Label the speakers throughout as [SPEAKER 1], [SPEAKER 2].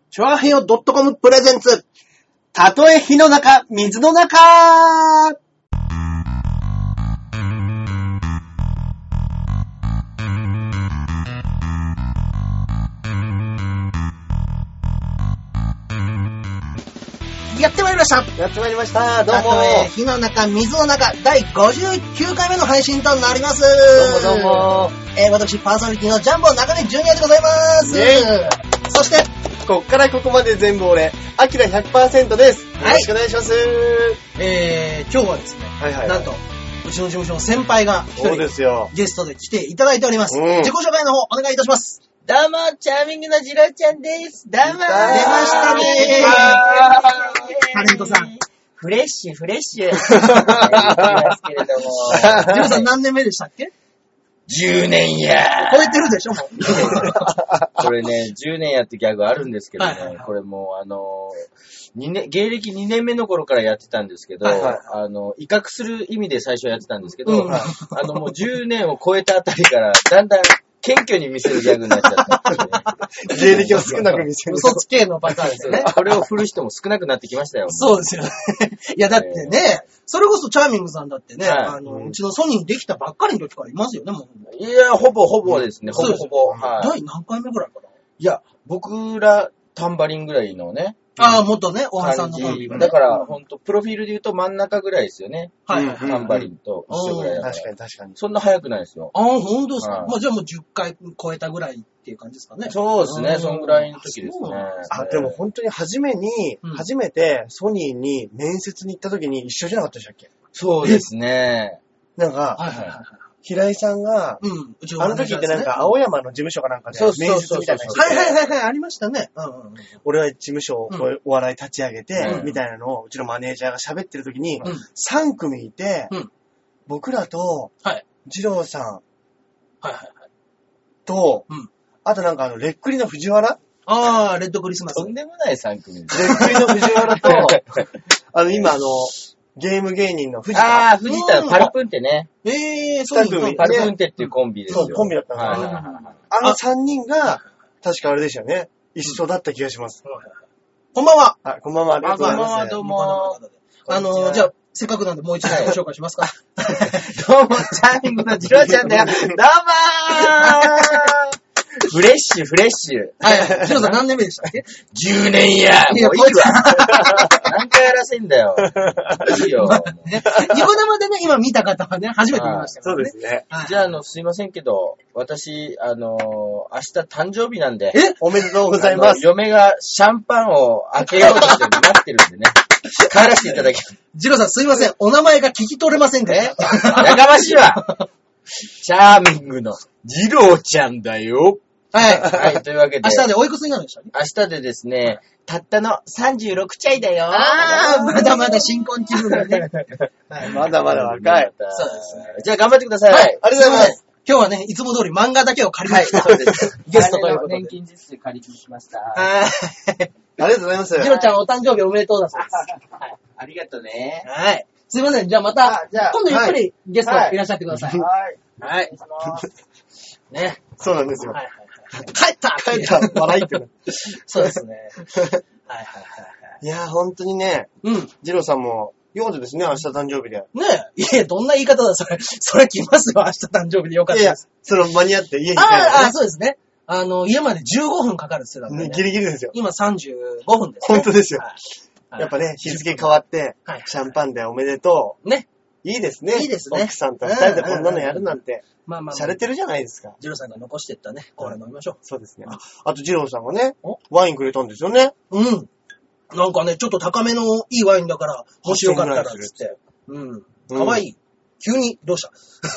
[SPEAKER 1] チョアヘヨ .com プレゼンツ。たとえ火の中、水の中。やってまいりました。
[SPEAKER 2] やってまいりました。どうも。
[SPEAKER 1] たとえ火の中、水の中、第59回目の配信となります。
[SPEAKER 2] どうもどうも。
[SPEAKER 1] 私、パーソナリティのジャンボ中根ジュニアでございます。そして、
[SPEAKER 2] こっからここまで全部俺、アキラ 100% です。よろしくお願いします。
[SPEAKER 1] 今日はですね、なんと、うちの事務所の先輩が一人ゲストで来ていただいております。自己紹介の方、お願いいたします。
[SPEAKER 3] どうも、チャーミングのジローちゃんです。どうも。出ま
[SPEAKER 1] したねタレントさん。
[SPEAKER 3] フレッシュ。言いますけれども。
[SPEAKER 1] ジローさん何年目でしたっけ
[SPEAKER 3] ？10年や。
[SPEAKER 1] 超えてるでしょ、もう。
[SPEAKER 3] これね、10年やってギャグあるんですけどね、これもう芸歴2年目の頃からやってたんですけど、威嚇する意味で最初やってたんですけど、もう10年を超えたあたりから、だんだん謙虚に見せるギャグになっちゃった。
[SPEAKER 2] 芸歴を少なく見せる。
[SPEAKER 1] 嘘つけのパターンですよね。
[SPEAKER 3] これを振る人も少なくなってきましたよ。
[SPEAKER 1] そうですよね。いや、だってね、それこそチャーミングさんだってね、うちのソニーにできたばっかりの時からいますよね、もう。
[SPEAKER 3] いや、ほぼですね、ほぼ。
[SPEAKER 1] 第何回目ぐらいかな。
[SPEAKER 3] いや、僕らタンバリンぐらいのね。
[SPEAKER 1] ああ、もっとね、おはさんの方
[SPEAKER 3] だから、ほんと、プロフィールで言うと真ん中ぐらいですよね。タンバリンと一緒ぐらいだから。
[SPEAKER 2] 確かに。
[SPEAKER 3] そんな早くないですよ。
[SPEAKER 1] ああ、ほんとですか。まあ、じゃあもう10回超えたぐらいっていう感じですかね。
[SPEAKER 3] そうですね、そんぐらいの時ですね。
[SPEAKER 2] でも本当に初めてソニーに面接に行った時に一緒じゃなかったでしたっけ？
[SPEAKER 3] そうですね。
[SPEAKER 2] なんか、平井さんが、あの時ってなんか青山の事務所かなんかで面接みたいな。
[SPEAKER 1] はい、ありましたね。
[SPEAKER 2] 俺は事務所をお笑い立ち上げて、みたいなのをうちのマネージャーが喋ってる時に、3組いて、僕らと、二郎さんと、あとなんかレックリの藤原？
[SPEAKER 1] ああ、レッドクリスマス。
[SPEAKER 3] とんでもない3組。
[SPEAKER 2] レックリの藤原と、今ゲーム芸人の藤田。
[SPEAKER 3] ああ、藤田、パルプンテね。
[SPEAKER 1] そうです
[SPEAKER 3] ね。パルプンテっていうコンビですよ。
[SPEAKER 2] そう、コンビだったの。3人が、確かあれでしたよね。一緒だった気がします。
[SPEAKER 1] こんばんは。
[SPEAKER 2] こんばんは。ありがとうございます。
[SPEAKER 3] こんばんは、どうも。
[SPEAKER 1] じゃあ、せっかくなんでもう一度ご紹介しますか。
[SPEAKER 3] どうも、チャーミングのジローちゃんだよ。どうもーフレッシュ。
[SPEAKER 1] はい。ジローさん何年目でしたっけ
[SPEAKER 3] ?10 年や。もういいわ。何回やらせんだよ。いいよ。
[SPEAKER 1] ニコ生でね、今見た方はね、初めて見ましたからね。
[SPEAKER 2] そうですね。
[SPEAKER 3] じゃあ、すいませんけど、私、明日誕生日なんで。
[SPEAKER 2] おめでとうございます。
[SPEAKER 3] 嫁がシャンパンを開けようとして待ってるんでね。帰らせていただきます。
[SPEAKER 1] ジローさんすいません。お名前が聞き取れませんか？
[SPEAKER 3] やかましいわ。チャーミングのジローちゃんだよ。はい。というわけで。
[SPEAKER 1] 明日でおいくつになるんでしたっけ？
[SPEAKER 3] 明日でですね、たったの36歳だよ。
[SPEAKER 1] まだまだ新婚気分がね。
[SPEAKER 2] まだまだ若い。
[SPEAKER 1] そうですね。
[SPEAKER 3] じゃあ頑張ってください。
[SPEAKER 2] はい。ありがとうございます。
[SPEAKER 1] 今日はね、いつも通り漫画だけを借りに来たゲストということで。
[SPEAKER 3] 年金実数借りに来ました。
[SPEAKER 2] ありがとうございます。
[SPEAKER 1] ジロちゃんお誕生日おめでとうだそうです。
[SPEAKER 3] はい。ありがとうね。
[SPEAKER 1] はい。すいません。じゃあまた、今度ゆっくりゲストいらっしゃってください。
[SPEAKER 3] はい。
[SPEAKER 1] ね。
[SPEAKER 2] そうなんですよ。
[SPEAKER 1] 帰った
[SPEAKER 2] 笑いってね。
[SPEAKER 1] そうですね。
[SPEAKER 2] いやー、本当にね、ジローさんも、よかったですね、明日誕生日で。
[SPEAKER 1] ねえ。いや、どんな言い方だ、それ。それ来ますよ、明日誕生日でよかったです。
[SPEAKER 2] いや、間に合って家に帰る。
[SPEAKER 1] そうですね。家まで15分かかるって言ってたんでね。
[SPEAKER 2] ギリギリですよ。
[SPEAKER 1] 今35分です。
[SPEAKER 2] 本当ですよ。やっぱね、日付変わって、シャンパンでおめでとう。
[SPEAKER 1] ね。
[SPEAKER 2] いいですね。
[SPEAKER 1] いいですね。
[SPEAKER 2] 奥さんと二人でこんなのやるなんて。洒落てるじゃないですか。
[SPEAKER 1] ジローさんが残してったね。これ飲みましょう。
[SPEAKER 2] そうですね。あとジローさんがね、ワインくれたんですよね。
[SPEAKER 1] なんかね、ちょっと高めのいいワインだから、もしよかったら、つって。かわいい。急に、どうした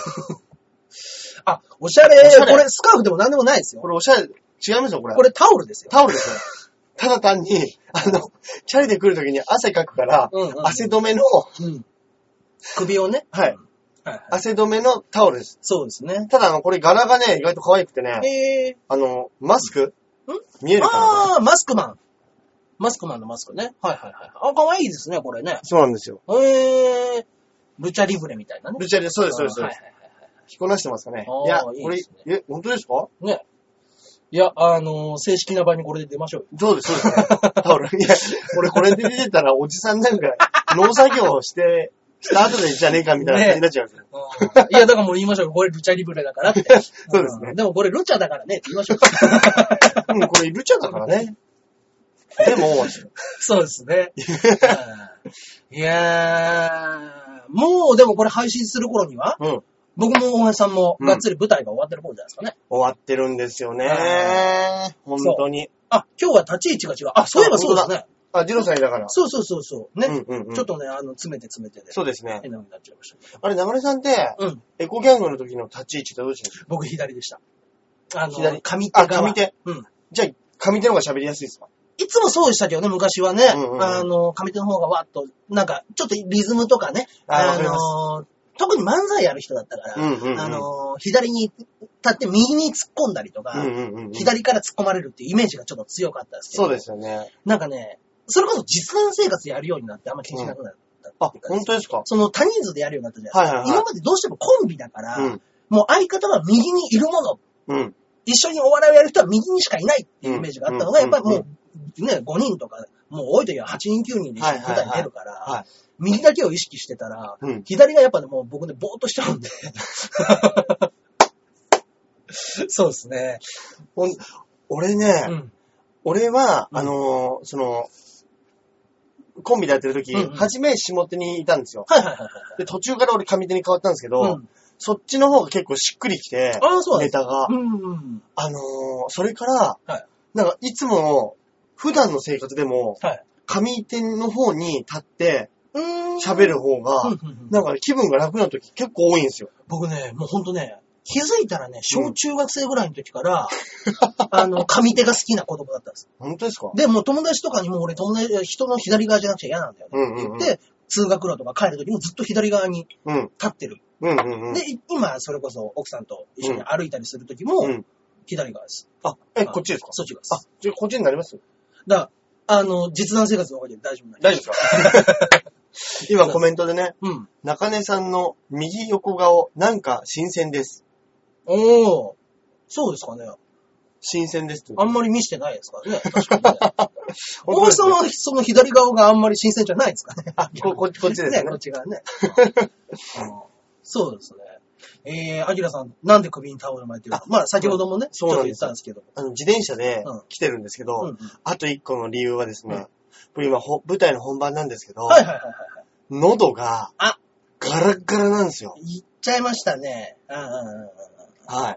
[SPEAKER 1] おしゃれ。これスカーフでもなんでもないですよ。
[SPEAKER 2] これおしゃれ、違いますよ、これ。
[SPEAKER 1] これタオルですよ。
[SPEAKER 2] タオルですよ。ただ単に、チャリで来るときに汗かくから、汗止めの、
[SPEAKER 1] 首をね。
[SPEAKER 2] はい。汗止めのタオルです。
[SPEAKER 1] そうですね。
[SPEAKER 2] ただ、これ柄がね、意外と可愛くてね。マスク見えるかな？
[SPEAKER 1] マスクマン。マスクマンのマスクね。はい。可愛いですね、これね。
[SPEAKER 2] そうなんですよ。
[SPEAKER 1] ルチャリブレみたいなね。
[SPEAKER 2] ルチャリブレ、そうです。着こなしてますかね。いや、これ、本当ですか？
[SPEAKER 1] ね。 いや、正式な場にこれで出ましょうよ。
[SPEAKER 2] そうですね。タオル。いや、俺これで出てたらおじさんなんか農作業をした後でじゃねえかみたいな感じになっちゃうんですよ。
[SPEAKER 1] いや、だからもう言いましょう。これルチャリブレだからって。
[SPEAKER 2] そうですね。
[SPEAKER 1] でもこれルチャだからねって言いましょう。
[SPEAKER 2] これルチャだからね。でも、
[SPEAKER 1] そうですね。いやー、もうでもこれ配信する頃には、僕も大橋さんもがっつり舞台が終わってる頃じゃないですかね。
[SPEAKER 2] 終わってるんですよね。本当に。
[SPEAKER 1] あ、今日は立ち位置が違う。あ、そういえばそうですね。
[SPEAKER 2] あ、ジロさんだから。
[SPEAKER 1] そう。ね。ちょっとね、詰めてで。
[SPEAKER 2] そうですね。
[SPEAKER 1] 変な風になっちゃいました。
[SPEAKER 2] あれ、流れさんって、エコギャングの時の立ち位置ってどうでした？
[SPEAKER 1] 僕左でした。
[SPEAKER 2] 左。
[SPEAKER 1] 上手側。
[SPEAKER 2] 上手。じゃあ、上手の方が喋りやすいですか？
[SPEAKER 1] いつもそうでしたけどね、昔はね。上手の方がわっと、なんか、ちょっとリズムとかね。特に漫才やる人だったから、左に立って右に突っ込んだりとか、左から突っ込まれるっていうイメージがちょっと強かったですけど。
[SPEAKER 2] そうですよね。
[SPEAKER 1] なんかね、それこそ実弾生活やるようになってあんま気にしなくなった。
[SPEAKER 2] あ、本当ですか？
[SPEAKER 1] その多人数でやるようになったじゃないですか。今までどうしてもコンビだから、もう相方は右にいるもの、一緒にお笑いをやる人は右にしかいないっていうイメージがあったのが、やっぱりもうね、5人とか、もう多い時は8人9人で一緒に舞台に出るから、右だけを意識してたら、左がやっぱね、もう僕ね、ぼーっとしちゃうんで。そうですね。
[SPEAKER 2] 俺ね、俺は、コンビでやってる時、初め下手にいたんですよ。で、途中から俺上手に変わったんですけど、そっちの方が結構しっくりきて、ネタが。それから、なんかいつも、普段の生活でも、上手の方に立って、喋る方が、なんか気分が楽な時結構多いんですよ。
[SPEAKER 1] 僕ね、もうほんとね、気づいたらね、小中学生ぐらいの時から、上手が好きな子供だったんです。
[SPEAKER 2] 本当ですか？
[SPEAKER 1] で、もう友達とかにも俺人の左側じゃなくちゃ嫌なんだよね。で、通学路とか帰る時もずっと左側に立ってる。で、今、それこそ奥さんと一緒に歩いたりする時も、左側です。
[SPEAKER 2] あ、こっちですか？
[SPEAKER 1] そっち側です。
[SPEAKER 2] あ、じゃあこっちになります？
[SPEAKER 1] だから、実弾生活の方で大丈夫なん
[SPEAKER 2] 大丈夫ですか？今コメントでね、中根さんの右横顔、なんか新鮮です。
[SPEAKER 1] おー、そうですかね。
[SPEAKER 2] 新鮮ですって。
[SPEAKER 1] あんまり見してないですからね。確かにね。大橋さんはその左顔があんまり新鮮じゃないですかね。
[SPEAKER 2] こっちですね。
[SPEAKER 1] こっち側ね。そうですね。アキラさん、なんで首にタオル巻いてるか。まあ、先ほどもね、ちょっと言ったんですけど。
[SPEAKER 2] 自転車で来てるんですけど、あと一個の理由はですね、今、舞台の本番なんですけど、喉が、ガラッガラなんですよ。
[SPEAKER 1] 言っちゃいましたね。
[SPEAKER 2] はい。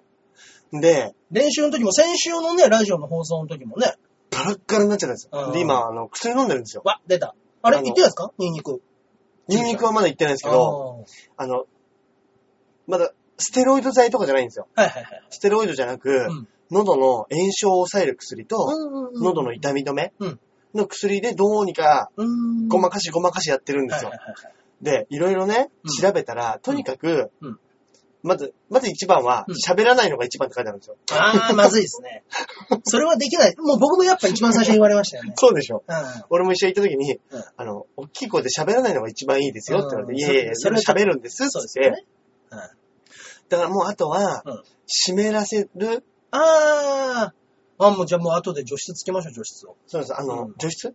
[SPEAKER 2] で、
[SPEAKER 1] 練習の時も、先週のね、ラジオの放送の時もね、
[SPEAKER 2] ガラッガラになっちゃったんですよ。で、今、薬飲んでるんですよ。
[SPEAKER 1] わ、出た。あれ、言ってないですか？ニンニク。
[SPEAKER 2] ニンニクはまだ言ってないんですけど、まだ、ステロイド剤とかじゃないんですよ。ステロイドじゃなく、喉の炎症を抑える薬と、喉の痛み止めの薬でどうにか、ごまかしやってるんですよ。で、いろいろね、調べたら、とにかく、まず一番は、喋らないのが一番って書いてあるんですよ。
[SPEAKER 1] まずいですね。それはできない。もう僕もやっぱ一番最初に言われましたよね。
[SPEAKER 2] そうでしょ。俺も一緒に行った時に、大きい声で喋らないのが一番いいですよって言われて、いやいや、それ喋るんですって言って。だからもうあとは、湿らせる。
[SPEAKER 1] もうじゃあもう後で除湿つけましょう、除湿を。
[SPEAKER 2] そうです。除湿？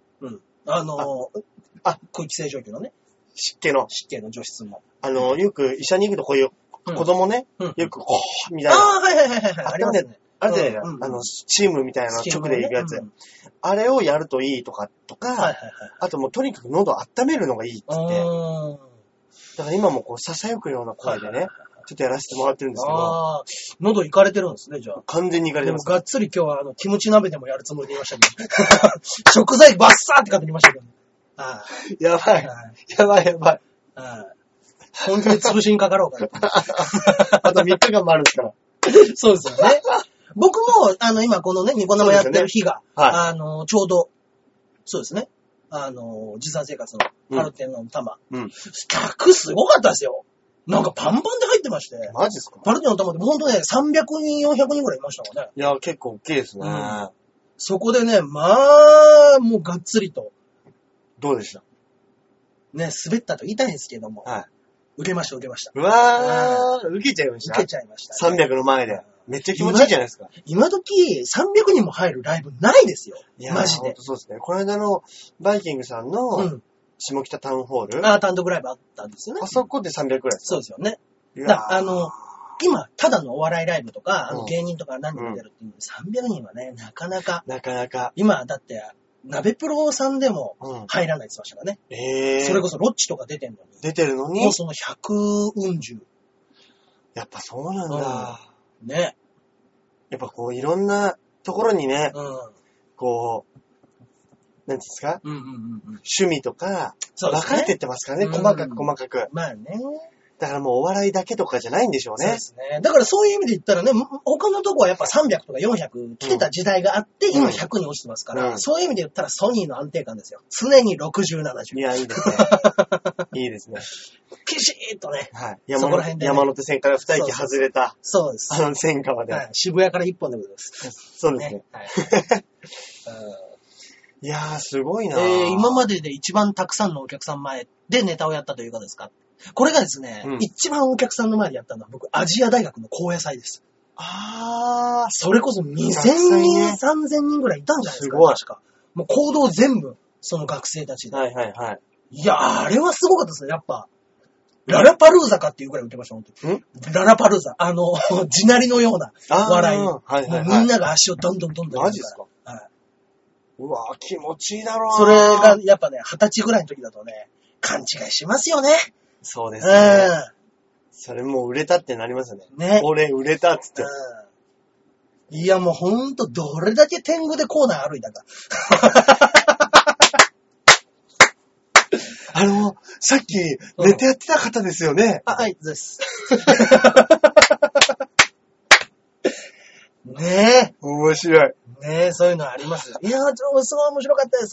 [SPEAKER 1] 空気清浄機のね。
[SPEAKER 2] 湿気の
[SPEAKER 1] 除湿も。
[SPEAKER 2] よく医者に行くとこういう、子供ね、よくこう、みたいな。
[SPEAKER 1] ありますね。
[SPEAKER 2] あれで、チームみたいな直で行くやつ。あれをやるといいとか、あともうとにかく喉温めるのがいいって言って。だから今もこう、囁くような声でね、ちょっとやらせてもらってるんですけど。
[SPEAKER 1] 喉いかれてるんですね、じゃあ。
[SPEAKER 2] 完全にいかれてます。
[SPEAKER 1] がっつり今日はキムチ鍋でもやるつもりで言いましたけど。食材バッサーって感じに言いましたけど。
[SPEAKER 2] やばい。やばい。
[SPEAKER 1] 本当に潰しにかかろうか
[SPEAKER 2] あと3日間もあるんですから。
[SPEAKER 1] そうですよね。僕も、今このね、ニコ生やってる日が、ちょうど、そうですね。実際生活のパルテンの玉。客すごかったですよ。なんかパンパンで入ってまして。
[SPEAKER 2] マジですか？
[SPEAKER 1] パルテンの玉ってほんとね、300人、400人ぐらいいましたもんね。
[SPEAKER 2] いや、結構大きいですね。
[SPEAKER 1] そこでね、まあ、もうがっつりと。
[SPEAKER 2] どうでした？
[SPEAKER 1] ね、滑ったと言いたいんですけども。受けました。
[SPEAKER 2] うわー、受けちゃいました。
[SPEAKER 1] 受けちゃいました、
[SPEAKER 2] ね。300の前で。 めっちゃ気持ちいいじゃないですか。
[SPEAKER 1] 今時300人も入るライブないですよ。マジで。
[SPEAKER 2] ほんとそうですね。この間のバイキングさんの下北タウンホール。
[SPEAKER 1] 単独ライブあったんですよね。
[SPEAKER 2] あそこで300ぐらいですか？
[SPEAKER 1] そうですよね。今、ただのお笑いライブとか、芸人とか何人も出るっていうので、300人はね、なかなか。今、だって、鍋プロさんでも入らないって言ってましたからね。それこそロッチとか出てるのに。もうその100うん十。
[SPEAKER 2] やっぱそうなんだ。
[SPEAKER 1] ね。
[SPEAKER 2] やっぱこういろんなところにね、こう、なんですか、趣味とか、分かれてってますからね、細かく。
[SPEAKER 1] まあね。
[SPEAKER 2] だからもうお笑いだけとかじゃないんでしょうね。
[SPEAKER 1] そうですね。だからそういう意味で言ったらね、他のとこはやっぱ300とか400来てた時代があって、今100に落ちてますから、そういう意味で言ったらソニーの安定感ですよ。常に60、70。
[SPEAKER 2] いや、いいですね。いいですね。
[SPEAKER 1] きちーっとね。
[SPEAKER 2] はい。山手線から2駅外れた。
[SPEAKER 1] そうです。
[SPEAKER 2] 線川で。
[SPEAKER 1] 渋谷から1本でございます。
[SPEAKER 2] そうですね。いやー、すごいな
[SPEAKER 1] 今までで一番たくさんのお客さん前でネタをやったというかですか。これがですね、一番お客さんの前でやったのは僕、アジア大学の高野祭です。それこそ2000人、3000人ぐらいいたんじゃないですか。確か。もう行動全部、その学生たちで。いや、あれはすごかったですね、やっぱ。ララパルーザかっていうぐらい売ってました、本当に。ララパルーザ。地鳴りのような笑い。もうみんなが足をどんどん。
[SPEAKER 2] マジですか？はい。うわぁ、気持ちいいだろうな。
[SPEAKER 1] それが、やっぱね、20歳ぐらいの時だとね、勘違いしますよね。
[SPEAKER 2] そうですね。それもう売れたってなりますよね。俺売れたっつって。
[SPEAKER 1] いやもうほんとどれだけ天狗でコーナー歩いたか。
[SPEAKER 2] さっきネタやってた方ですよね。
[SPEAKER 1] はい、です。ねえ。
[SPEAKER 2] 面白い。
[SPEAKER 1] ねえ、そういうのあります。いやー、すごい面白かったです。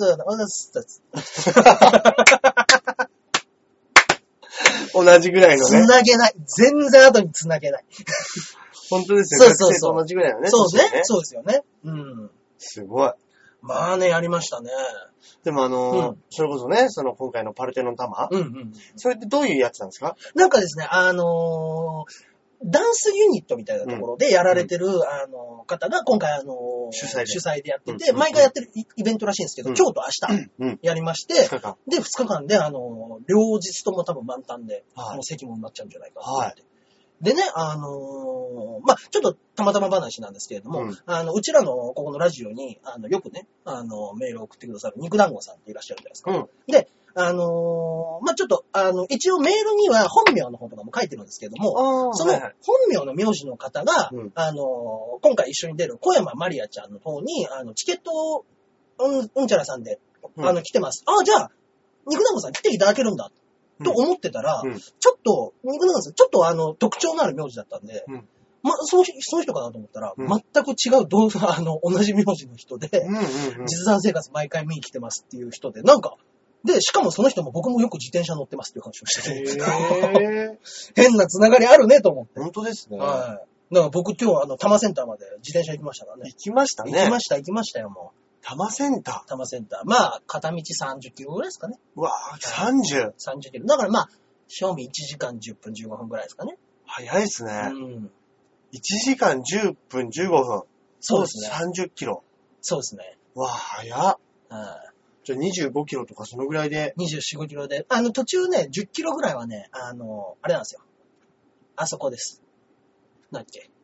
[SPEAKER 2] 同じぐらいのね。
[SPEAKER 1] 繋げない。全然後に繋げない。
[SPEAKER 2] 本当ですよね。そう。同じぐらいのね。
[SPEAKER 1] そうですね。そうですよね。
[SPEAKER 2] すごい。
[SPEAKER 1] まあね、やりましたね。
[SPEAKER 2] でもそれこそね、今回のパルテノン玉。それってどういうやつなんですか？
[SPEAKER 1] なんかですね、ダンスユニットみたいなところでやられてる、方が今回主催でやってて、毎回やってるイベントらしいんですけど、今日と明日やりまして、で、2日間で、両日とも多分満タンで、席も埋まっちゃうんじゃないかと思って。でね、まあ、ちょっとたまたま話なんですけれども、うちらのここのラジオに、よくね、メールを送ってくださる肉団子さんっていらっしゃるじゃないですか。で、まあ、ちょっと、一応メールには本名の方とかも書いてるんですけども、その本名の名字の方が、今回一緒に出る小山まりやちゃんの方に、チケットを、うんちゃらさんで、来てます。じゃあ、肉団子さん来ていただけるんだ。と思ってたら、ちょっと、肉団子さん、ちょっと特徴のある名字だったんで、その人かなと思ったら、全く違う、同じ名字の人で、実弾生活毎回見に来てますっていう人で、なんか、で、しかもその人も僕もよく自転車乗ってますっていう話をしてて、変なつながりあるねと思って。
[SPEAKER 2] 本当ですね。
[SPEAKER 1] はい。だから僕今日多摩センターまで自転車行きましたからね。
[SPEAKER 2] 行きましたね。
[SPEAKER 1] 行きましたよ、もう。
[SPEAKER 2] 多摩センター。
[SPEAKER 1] 多摩センター。まあ、片道30キロぐらいですかね。
[SPEAKER 2] うわぁ、30。
[SPEAKER 1] 30キロ。だからまあ、賞味1時間10分15分ぐらいですかね。
[SPEAKER 2] 早いですね。1時間10分15分。
[SPEAKER 1] そうですね。
[SPEAKER 2] 30キロ。
[SPEAKER 1] そうですね。
[SPEAKER 2] わぁ、早っ。じゃあ25キロとかそのぐらいで。
[SPEAKER 1] 24、5キロで。途中ね、10キロぐらいはね、あれなんですよ。あそこです。なんだっけ。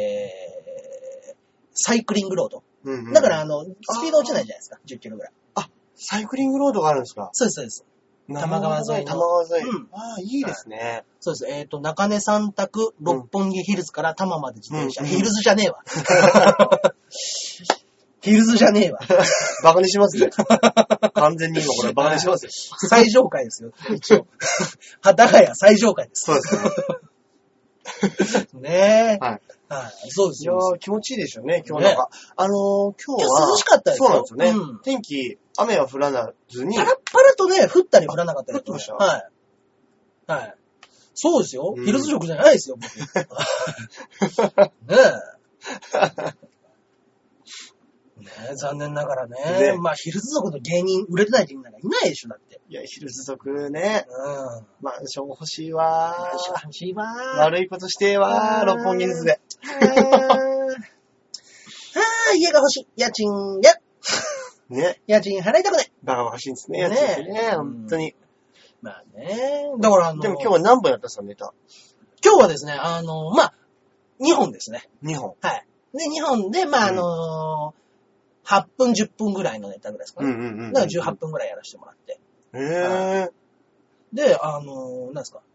[SPEAKER 1] サイクリングロード。だから、スピード落ちないじゃないですか。10キロぐらい。
[SPEAKER 2] サイクリングロードがあるんですか？
[SPEAKER 1] そうです、そうです。多摩川沿いの。
[SPEAKER 2] 多摩川沿い。いいですね。
[SPEAKER 1] そうです。中根三択、六本木ヒルズから多摩まで自転車。ヒルズじゃねえわ。ヒルズじゃねえわ。
[SPEAKER 2] バカにしますね。完全に今これバカにしますよ。
[SPEAKER 1] 最上階ですよ。一応。幡ヶ谷最上階です。
[SPEAKER 2] そうです
[SPEAKER 1] ね。ねえ。
[SPEAKER 2] はい。
[SPEAKER 1] そうですよ。
[SPEAKER 2] いや気持ちいいでしょうね、今日なんか。今日は。
[SPEAKER 1] 涼しかったですよ。
[SPEAKER 2] そうなんですよね。天気、雨は降らずに。
[SPEAKER 1] パラッパラとね、降ったり降らなかったり。
[SPEAKER 2] 降ってました？
[SPEAKER 1] はい。そうですよ。ヒルズ族じゃないですよ、僕。ねえ。残念ながらね。まあ、ヒルズ族の芸人、売れてない芸人なんかいないでしょ、だって。
[SPEAKER 2] いや、ヒルズ族ね。マンション欲しいわ。
[SPEAKER 1] 欲しいわ。
[SPEAKER 2] 悪いことしてーわ。六本木ヒルズで。
[SPEAKER 1] 家が欲しい。家賃や。
[SPEAKER 2] ね。
[SPEAKER 1] 家賃払いたくない。
[SPEAKER 2] バカバカしいんですね。家賃ね。本当に。
[SPEAKER 1] まあね。だから
[SPEAKER 2] でも今日は何本やったさ、ネタ。
[SPEAKER 1] 今日はですね、まあ、2本ですね。
[SPEAKER 2] 2本。
[SPEAKER 1] はい。で、2本で、まあ、8分、10分ぐらいのネタぐらいですかね。だから18分ぐらいやらせてもらって。で、なんですか、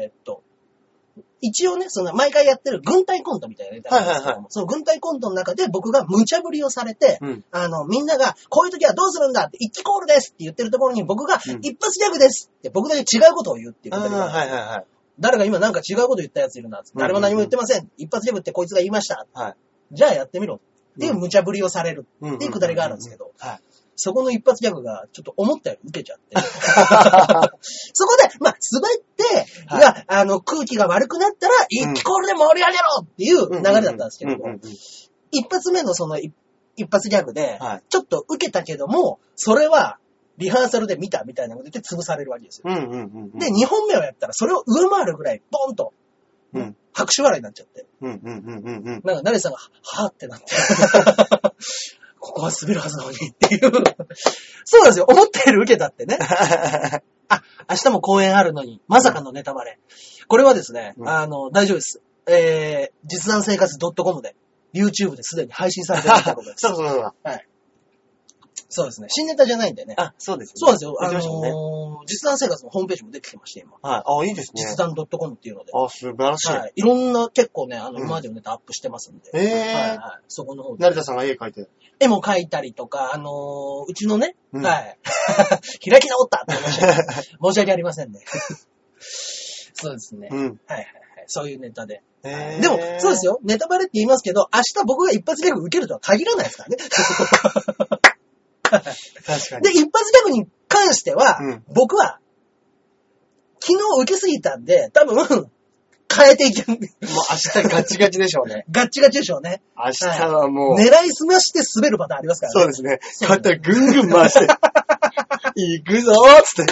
[SPEAKER 1] 一応ね、その毎回やってる軍隊コントみたいなネタなんですけども、その軍隊コントの中で僕が無茶ぶりをされて、みんながこういう時はどうするんだって一気コールですって言ってるところに僕が一発ギャグですって僕だけ違うことを言うっていうことで、誰が今なんか違うこと言ったやついるな。誰も何も言ってません。一発ギャグってこいつが言いました。じゃあやってみろっていう無茶ぶりをされるっていうくだりがあるんですけど、そこの一発ギャグがちょっと思ったより受けちゃって。そこで、まあ、滑って、空気が悪くなったら、一気コールで盛り上げろっていう流れだったんですけども、一発目のその一発ギャグで、ちょっと受けたけども、それはリハーサルで見たみたいなことで潰されるわけですよ。で、2本目をやったらそれを上回るぐらい、ボンと、拍手笑いになっちゃって。なんか、成さんが、はぁってなって。ここは滑るはずなのにっていう。そうなんですよ。思ったより受けたってね。明日も公演あるのに、まさかのネタバレ。これはですね、大丈夫です。実弾生活 .com で、YouTube ですでに配信されているところです。
[SPEAKER 2] そう。
[SPEAKER 1] はい。そうですね。新ネタじゃないんでね。
[SPEAKER 2] そうですね。
[SPEAKER 1] そうなんですよ。実弾生活のホームページもできてまして、今。
[SPEAKER 2] いいですね。
[SPEAKER 1] 実弾 .com っていうので。
[SPEAKER 2] 素晴らしい。
[SPEAKER 1] はい。いろんな、結構ね、今までのネタアップしてますんで。そこの方で。
[SPEAKER 2] 成田さんが絵描いてる。
[SPEAKER 1] 絵も描いたりとか、うちのね、はい。開き直ったって申し訳ありませんね。そうですね。はい。そういうネタで。でも、そうですよ。ネタバレって言いますけど、明日僕が一発ギャグ受けるとは限らないですからね。
[SPEAKER 2] 確かに。
[SPEAKER 1] で、一発ギャグに関しては、僕は、昨日受けすぎたんで、多分、変えていける。もう
[SPEAKER 2] 明日ガチガチでしょうね。
[SPEAKER 1] ガチガチでしょうね。
[SPEAKER 2] 明日はもう。
[SPEAKER 1] 狙いすまして滑るパターンありますから
[SPEAKER 2] ね。そうですね。肩ぐんぐん回して。行くぞーつって。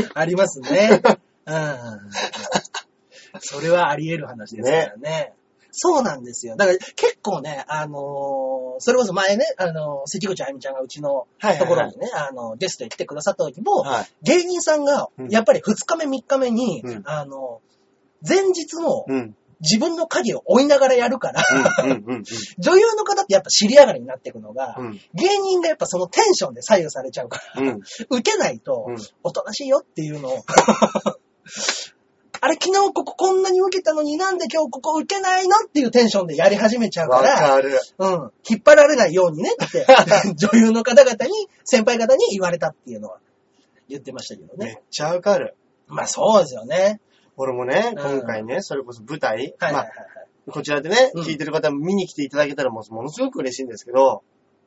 [SPEAKER 1] ありますね。それはあり得る話ですからね。そうなんですよ。だから結構ね、それこそ前ね、関口あゆみちゃんがうちのところにね、ゲストに来てくださった時も、芸人さんが、やっぱり2日目3日目に、前日も、自分の影を追いながらやるから、女優の方ってやっぱ尻上がりになっていくのが、芸人がやっぱそのテンションで左右されちゃうから、受けないと、おとなしいよっていうのを、あれ昨日こここんなに受けたのになんで今日ここ受けないのっていうテンションでやり始めちゃうから、引っ張られないようにねって、女優の方々に、先輩方に言われたっていうのは言ってましたけどね。
[SPEAKER 2] めっちゃわかる。
[SPEAKER 1] まあそうですよね。
[SPEAKER 2] 俺もね、今回ね、それこそ舞台、こちらでね、聞いてる方も見に来ていただけたらものすごく嬉しいんですけど、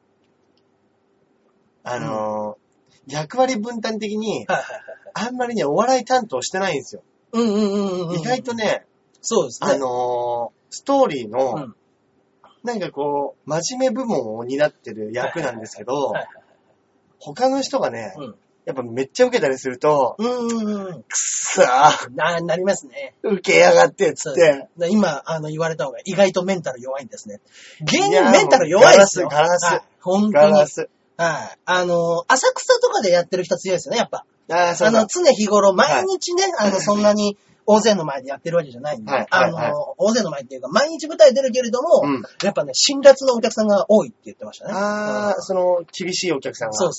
[SPEAKER 2] 役割分担的に、あんまりね、お笑い担当してないんですよ。意外とね、
[SPEAKER 1] そうですね。
[SPEAKER 2] ストーリーの、なんかこう、真面目部門を担ってる役なんですけど、他の人がね、やっぱめっちゃ受けたりすると、くっさー
[SPEAKER 1] なりますね。
[SPEAKER 2] 受けやがってっつって。
[SPEAKER 1] 今、言われた方が意外とメンタル弱いんですね。芸人メンタル弱いですよ。
[SPEAKER 2] ガラス。
[SPEAKER 1] 本当に。ガラス。はい。浅草とかでやってる人強いですよね、やっぱ。常日頃、毎日ね、そんなに大勢の前でやってるわけじゃないんで、大勢の前っていうか、毎日舞台出るけれども、やっぱね、辛辣のお客さんが多いって言ってましたね。
[SPEAKER 2] 厳しいお客さんが。
[SPEAKER 1] そう。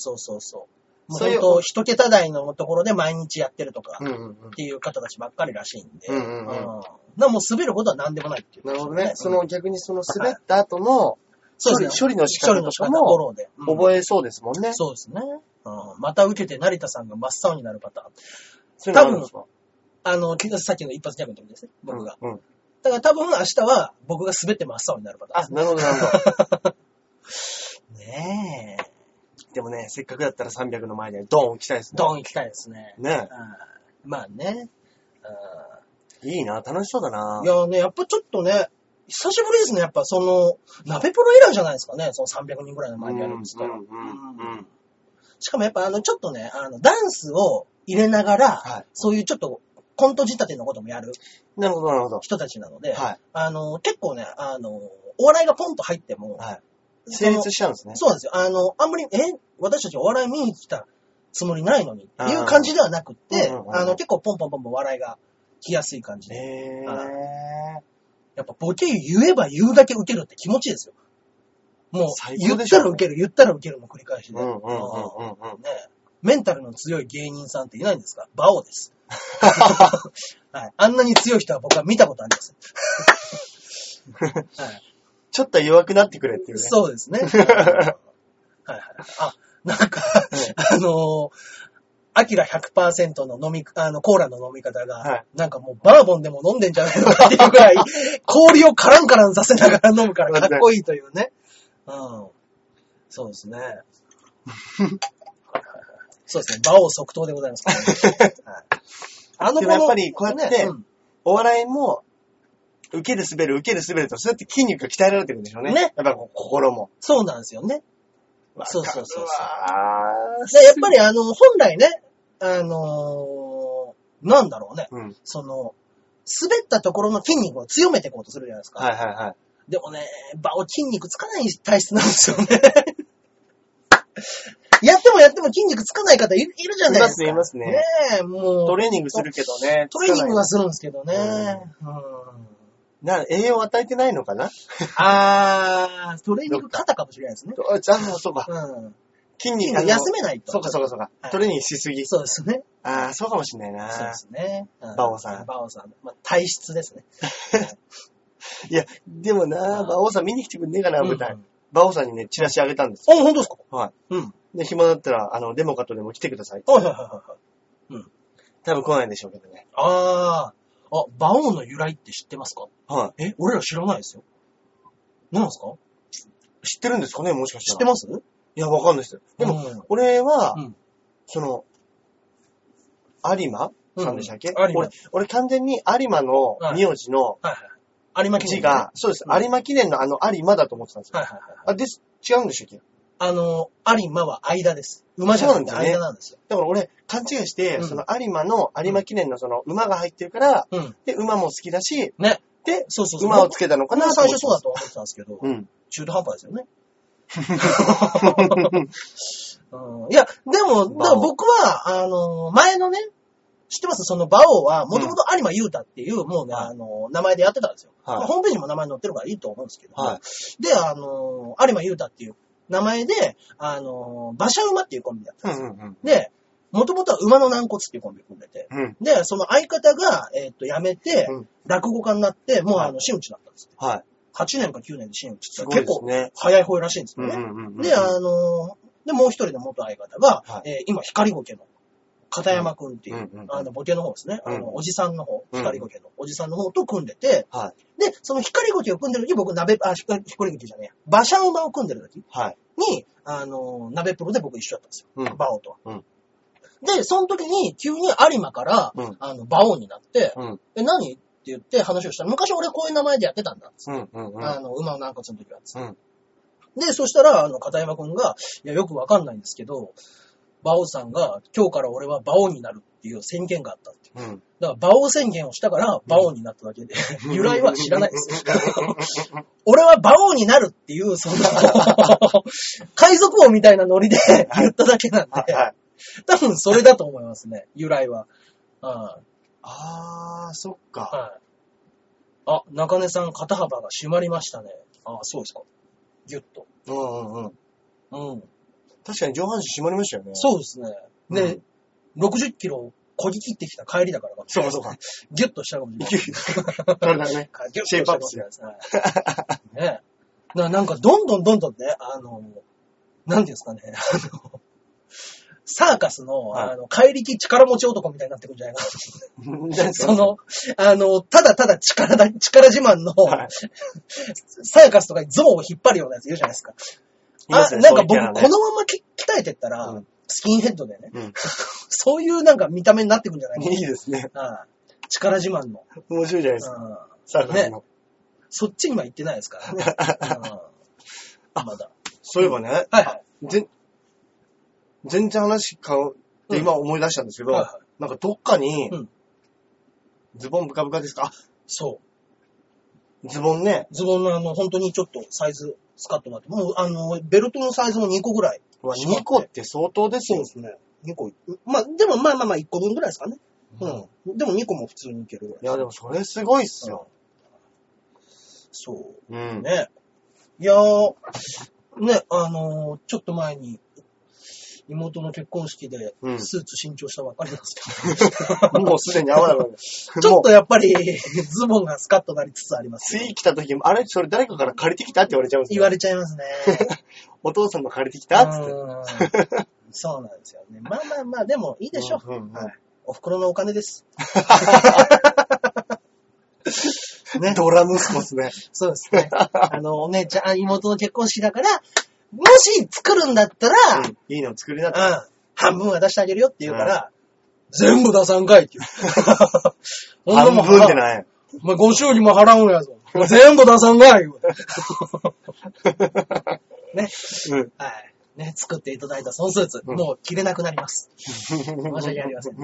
[SPEAKER 1] もう本当、一桁台のところで毎日やってるとか、っていう方たちばっかりらしいんで、もう滑ることは何でもないっていう。
[SPEAKER 2] なるほどね。逆に滑った後の、処理の仕方とかも覚えそうですもんね。
[SPEAKER 1] そうですね。また受けて成田さんが真っ青になるパターン。多分、さっきの一発ギャグの時ですね、僕が。だから多分明日は僕が滑って真っ青になるパターン。
[SPEAKER 2] なるほど、なるほど。
[SPEAKER 1] ねえ。
[SPEAKER 2] でもね、せっかくだったら300の前でドーン行きたいですね。
[SPEAKER 1] ドーン行きたいですね。
[SPEAKER 2] ね
[SPEAKER 1] まあね。
[SPEAKER 2] いいな、楽しそうだな。
[SPEAKER 1] いやね、やっぱちょっとね、久しぶりですね。やっぱ鍋プロ以来じゃないですかね。その300人ぐらいの前でやるんですから。しかもやっぱちょっとね、ダンスを入れながら、そういうちょっとコント仕立てのこともやる。
[SPEAKER 2] なるほど、なるほど。
[SPEAKER 1] 人たちなので、
[SPEAKER 2] はい。
[SPEAKER 1] 結構ね、お笑いがポンと入っても、
[SPEAKER 2] はい。成立しちゃうんですね。
[SPEAKER 1] そうなんですよ。あんまり、私たちお笑い見に来たつもりないのにっていう感じではなくって、結構ポンポンポンポン笑いが来やすい感じで。やっぱボケ言えば言うだけ受けるって気持ちいいですよ。もう、言ったら受ける、言ったら受けるの繰り返しで。メンタルの強い芸人さんっていないんですか？バオです。はい。あんなに強い人は僕は見たことあります。
[SPEAKER 2] はい。ちょっと弱くなってくれっていうね。
[SPEAKER 1] そうですね。はいはい。あ、なんか、アキラ 100% のコーラの飲み方が、はい、なんかもうバーボンでも飲んでんじゃないのかっていうぐらい、氷をカランカランさせながら飲むからかっこいいというね。うん。そうですね。そうですね。馬王即答でございます、ね。はい、
[SPEAKER 2] でもやっぱりこうやって、お笑いも、受ける滑ると、そうやって筋肉が鍛えられてるんでしょうね。ね。やっぱ心も。
[SPEAKER 1] そうなんですよね。そうそうそう。でやっぱり本来ね、なんだろうね。うん、滑ったところの筋肉を強めていこうとするじゃないですか。
[SPEAKER 2] はいはいはい。
[SPEAKER 1] でもね、馬王筋肉つかない体質なんですよね。やっても筋肉つかない方いるじゃないですか。
[SPEAKER 2] いますね。ねえ、もう。トレーニングするけどね。
[SPEAKER 1] トレーニングはするんですけどね。
[SPEAKER 2] 栄養与えてないのかな？
[SPEAKER 1] トレーニング肩かもしれないですね。
[SPEAKER 2] そうか。
[SPEAKER 1] 筋肉休めないと。
[SPEAKER 2] そうか。トレーニングしすぎ。
[SPEAKER 1] そうですね。
[SPEAKER 2] そうかもしれないな。
[SPEAKER 1] そうですね。
[SPEAKER 2] 馬王さん。
[SPEAKER 1] まあ、体質ですね。
[SPEAKER 2] いや、でもな、馬王さん見に来てくんねえかな、舞台。馬王さんにね、チラシあげたんです
[SPEAKER 1] よ。本当ですか？
[SPEAKER 2] はい。うん。で、暇だったら、デモカとでも来てください。
[SPEAKER 1] はい。
[SPEAKER 2] うん。多分来ないんでしょうけどね。
[SPEAKER 1] 馬王の由来って知ってますか？
[SPEAKER 2] はい。
[SPEAKER 1] 俺ら知らないですよ。何ですか？
[SPEAKER 2] 知ってるんですかね、もしかしたら。
[SPEAKER 1] 知ってます？
[SPEAKER 2] いや、わかんないですよ。でも、俺は、有馬さんでしたっけ？俺完全に有馬の名字の
[SPEAKER 1] 有馬記念
[SPEAKER 2] が、そうです。有馬記念の有馬だと思ってたんですよ。違うんでしたっけ？
[SPEAKER 1] 有馬は間です。馬じゃなくて間なんですよ。
[SPEAKER 2] だから俺、勘違いして、その有馬の有馬記念のその馬が入ってるから、で、馬も好きだし、
[SPEAKER 1] ね。
[SPEAKER 2] で、馬をつけたのかな。
[SPEAKER 1] 最初そうだと思ってたんですけど、中途半端ですよね。いや、でも僕は、前のね、知ってます？その馬王は、もともと有馬優太っていう、もうね、名前でやってたんですよ。ホームページにも名前載ってるからいいと思うんですけど。で、有馬優太っていう名前で、馬車馬っていうコンビだったんですよ。で、もともとは馬の軟骨っていうコンビ組んでて。で、その相方が、辞めて、落語家になって、もう真打ちだったんですよ。8年か9年で真打ちって、結構早い方らしいんですよね。で、で、もう一人の元相方が、今、光ゴケの片山くんっていう、ボケの方ですね。おじさんの方、光ゴケのおじさんの方と組んでて、で、その光ゴケを組んでる時、僕、光ゴケじゃねえや、馬車馬を組んでる時に、鍋プロで僕一緒だったんですよ。馬王とは。で、その時に急に有馬から、馬王になって、何って言って話をしたら、昔俺こういう名前でやってたんだっつって。馬の軟骨の時はつって。で、そしたら、片山くんが、いや、よくわかんないんですけど、馬王さんが、今日から俺は馬王になるっていう宣言があったって。だから馬王宣言をしたから馬王になっただけで、由来は知らないです。俺は馬王になるっていう、海賊王みたいなノリで言っただけなんで、多分それだと思いますね、由来は。
[SPEAKER 2] そっか。
[SPEAKER 1] 中根さん、肩幅が締まりましたね。そうですか。ギュッと。
[SPEAKER 2] 確かに上半身締まりましたよね。
[SPEAKER 1] そうですね。で、60キロ漕ぎ切ってきた帰りだから。
[SPEAKER 2] そうか。
[SPEAKER 1] ギュッとしたかもしれない。
[SPEAKER 2] 体がね。シェイプアップするやつ。
[SPEAKER 1] ね。なんかどんどんね、なんていうんですかね、サーカスの、怪力力持ち男みたいになってくるんじゃないかな。ただただ力自慢の、サーカスとかに象を引っ張るようなやついるじゃないですか。なんか僕、このまま鍛えてったら、スキンヘッドでね、そういうなんか見た目になってくるんじゃないかな。
[SPEAKER 2] いいですね。
[SPEAKER 1] 力自慢の。
[SPEAKER 2] 面白いじゃないですか。サーカスの。
[SPEAKER 1] そっちには行ってないですからね。まだ。
[SPEAKER 2] そういえばね、全然話変わって今思い出したんですけど、なんかどっかに、 ズボンブカブカですか？あ、
[SPEAKER 1] そう。
[SPEAKER 2] ズボンね。
[SPEAKER 1] ズボンの本当にちょっとサイズ、スカッとなって、もうベルトのサイズも2個ぐらい。
[SPEAKER 2] 2個って相当ですよ。
[SPEAKER 1] そうですね。2個。まあ、でもまあ1個分ぐらいですかね。うん。でも2個も普通にいけるぐらい。
[SPEAKER 2] いや、でもそれすごいっすよ。
[SPEAKER 1] そう。
[SPEAKER 2] うん。
[SPEAKER 1] ね。いやー、ね、ちょっと前に、妹の結婚式で、スーツ新調したばっかりなんですけど。
[SPEAKER 2] もうすでに合わなくなる。
[SPEAKER 1] ちょっとやっぱり、ズボンがスカッとなりつつあります、
[SPEAKER 2] ね。次来た時も、あれそれ誰かから借りてきたって言われちゃうんですよ。
[SPEAKER 1] 言われちゃいますね。
[SPEAKER 2] お父さんの借りてきたつって。
[SPEAKER 1] そうなんですよね。まあ、でもいいでしょう。はい。お袋のお金です。
[SPEAKER 2] ね。ドラ息子ですね。
[SPEAKER 1] そうですね。お姉ちゃん、妹の結婚式だから、もし作るんだったら、
[SPEAKER 2] いいの作りなって。
[SPEAKER 1] 半分は出してあげるよって言うから、全部出さんかいって言う。
[SPEAKER 2] 半分ってない。
[SPEAKER 1] お前ご祝儀も払うんやぞ。全部出さんかいね。はい。ね、作っていただいたそのスーツ、もう着れなくなります。申し訳ありません。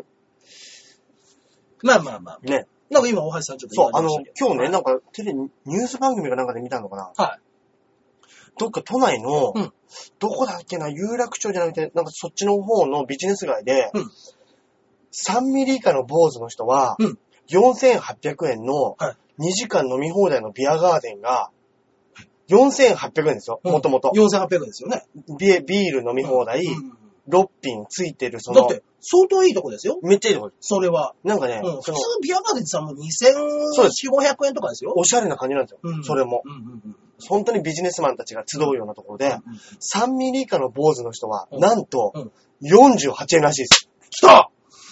[SPEAKER 1] まあ。
[SPEAKER 2] ね。
[SPEAKER 1] なんか今、大橋さんちょっと言われましたけ
[SPEAKER 2] ど。今日ね、なんかニュース番組かなんかで見たのかな。
[SPEAKER 1] はい。
[SPEAKER 2] どっか都内の、どこだっけな、有楽町じゃなくて、なんかそっちの方のビジネス街で、3ミリ以下の坊主の人は、4800円の2時間飲み放題のビアガーデンが、4800円ですよ、もともと。
[SPEAKER 1] 4800円ですよね。
[SPEAKER 2] ビール飲み放題、6品ついてる、
[SPEAKER 1] だって、相当いいとこですよ。
[SPEAKER 2] めっちゃいいとこです。
[SPEAKER 1] それは。
[SPEAKER 2] なんかね、
[SPEAKER 1] 普通ビアガーデンってさ、もう2400、500円とかですよ。
[SPEAKER 2] おしゃれな感じなんですよ。それも。本当にビジネスマンたちが集うようなところで、3ミリ以下の坊主の人は、なんと、48円らしいです。
[SPEAKER 1] 来た！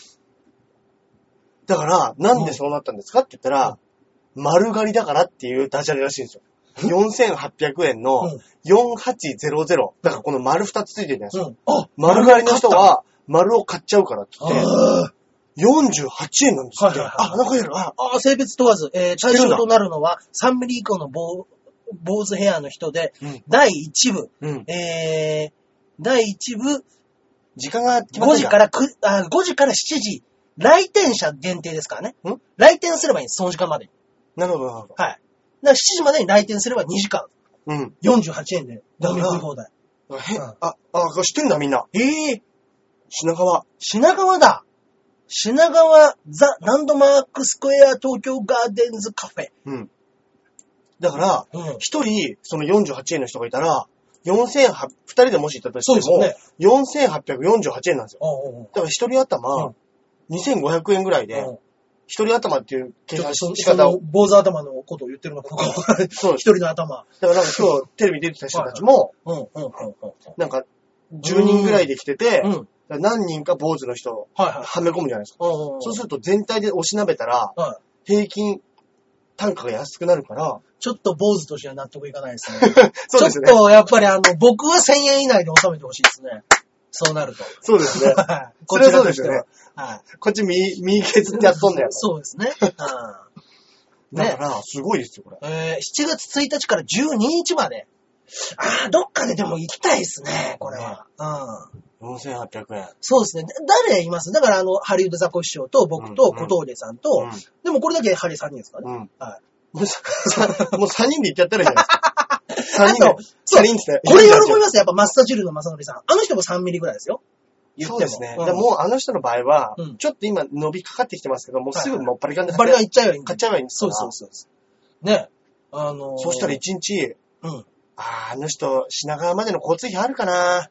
[SPEAKER 2] だから、なんでそうなったんですかって言ったら、丸刈りだからっていうダジャレらしいんですよ。4800円の4800。だからこの丸2つついてるじゃないですか。丸刈りの人は、丸を買っちゃうからって言って、48円なんですって。なんかいる。
[SPEAKER 1] 性別問わず、対象となるのは、3ミリ以降の坊主ヘアの人で、第1部、第1部、
[SPEAKER 2] 時間が
[SPEAKER 1] 5時から7時、来店者限定ですからね。来店すればいいんです、その時間までに。
[SPEAKER 2] なるほど、なるほど。
[SPEAKER 1] はい。だから7時までに来店すれば2時間。48円で飲み食い放題。
[SPEAKER 2] 知ってんだみんな。品
[SPEAKER 1] 川だ。品川ザ・ランドマークスクエア東京ガーデンズカフェ。
[SPEAKER 2] だから、一人、その48円の人がいたら、2人でもし行ったとしても、4848円なんですよ。だから一人頭、2500円ぐらいで、一人頭っていう計算仕方を。
[SPEAKER 1] 坊主頭のことを言ってるのかな。そう。一人の頭。
[SPEAKER 2] だからなんか今日テレビ出てた人たちも、なんか10人ぐらいで来てて、何人か坊主の人をはめ込むじゃないですか。そうすると全体で押しなべたら、平均単価が安くなるから、
[SPEAKER 1] ちょっと坊主としては納得いかないですね。
[SPEAKER 2] そうですね。
[SPEAKER 1] ちょっとやっぱり僕は1000円以内で収めてほしいですね。そうなると。
[SPEAKER 2] そうですね。こちらそうですよね。こっち身削ってやっとんだよ。
[SPEAKER 1] そうですね。
[SPEAKER 2] だから、すごいですよ、こ
[SPEAKER 1] れ。7月1日から12日まで。どっかででも行きたいですね、これは。
[SPEAKER 2] 4800円。
[SPEAKER 1] そうですね。誰います？だからハリウッドザコシショウと僕と小峠さんと、でもこれだけハリ3人ですからね。
[SPEAKER 2] もう3人で行っちゃったらいいじゃないですか。3人で。3人ですね。
[SPEAKER 1] これ喜びますよ。やっぱマスタージルの正則さん。あの人も3ミリぐらいですよ。
[SPEAKER 2] そうですね。もうあの人の場合は、ちょっと今伸びかかってきてますけど、もうすぐもうバリカンで
[SPEAKER 1] バリカンいっちゃえばいいん
[SPEAKER 2] 買っちゃえばいいんです
[SPEAKER 1] そう。ね。
[SPEAKER 2] そしたら1日、あの人、品川までの交通費あるかな。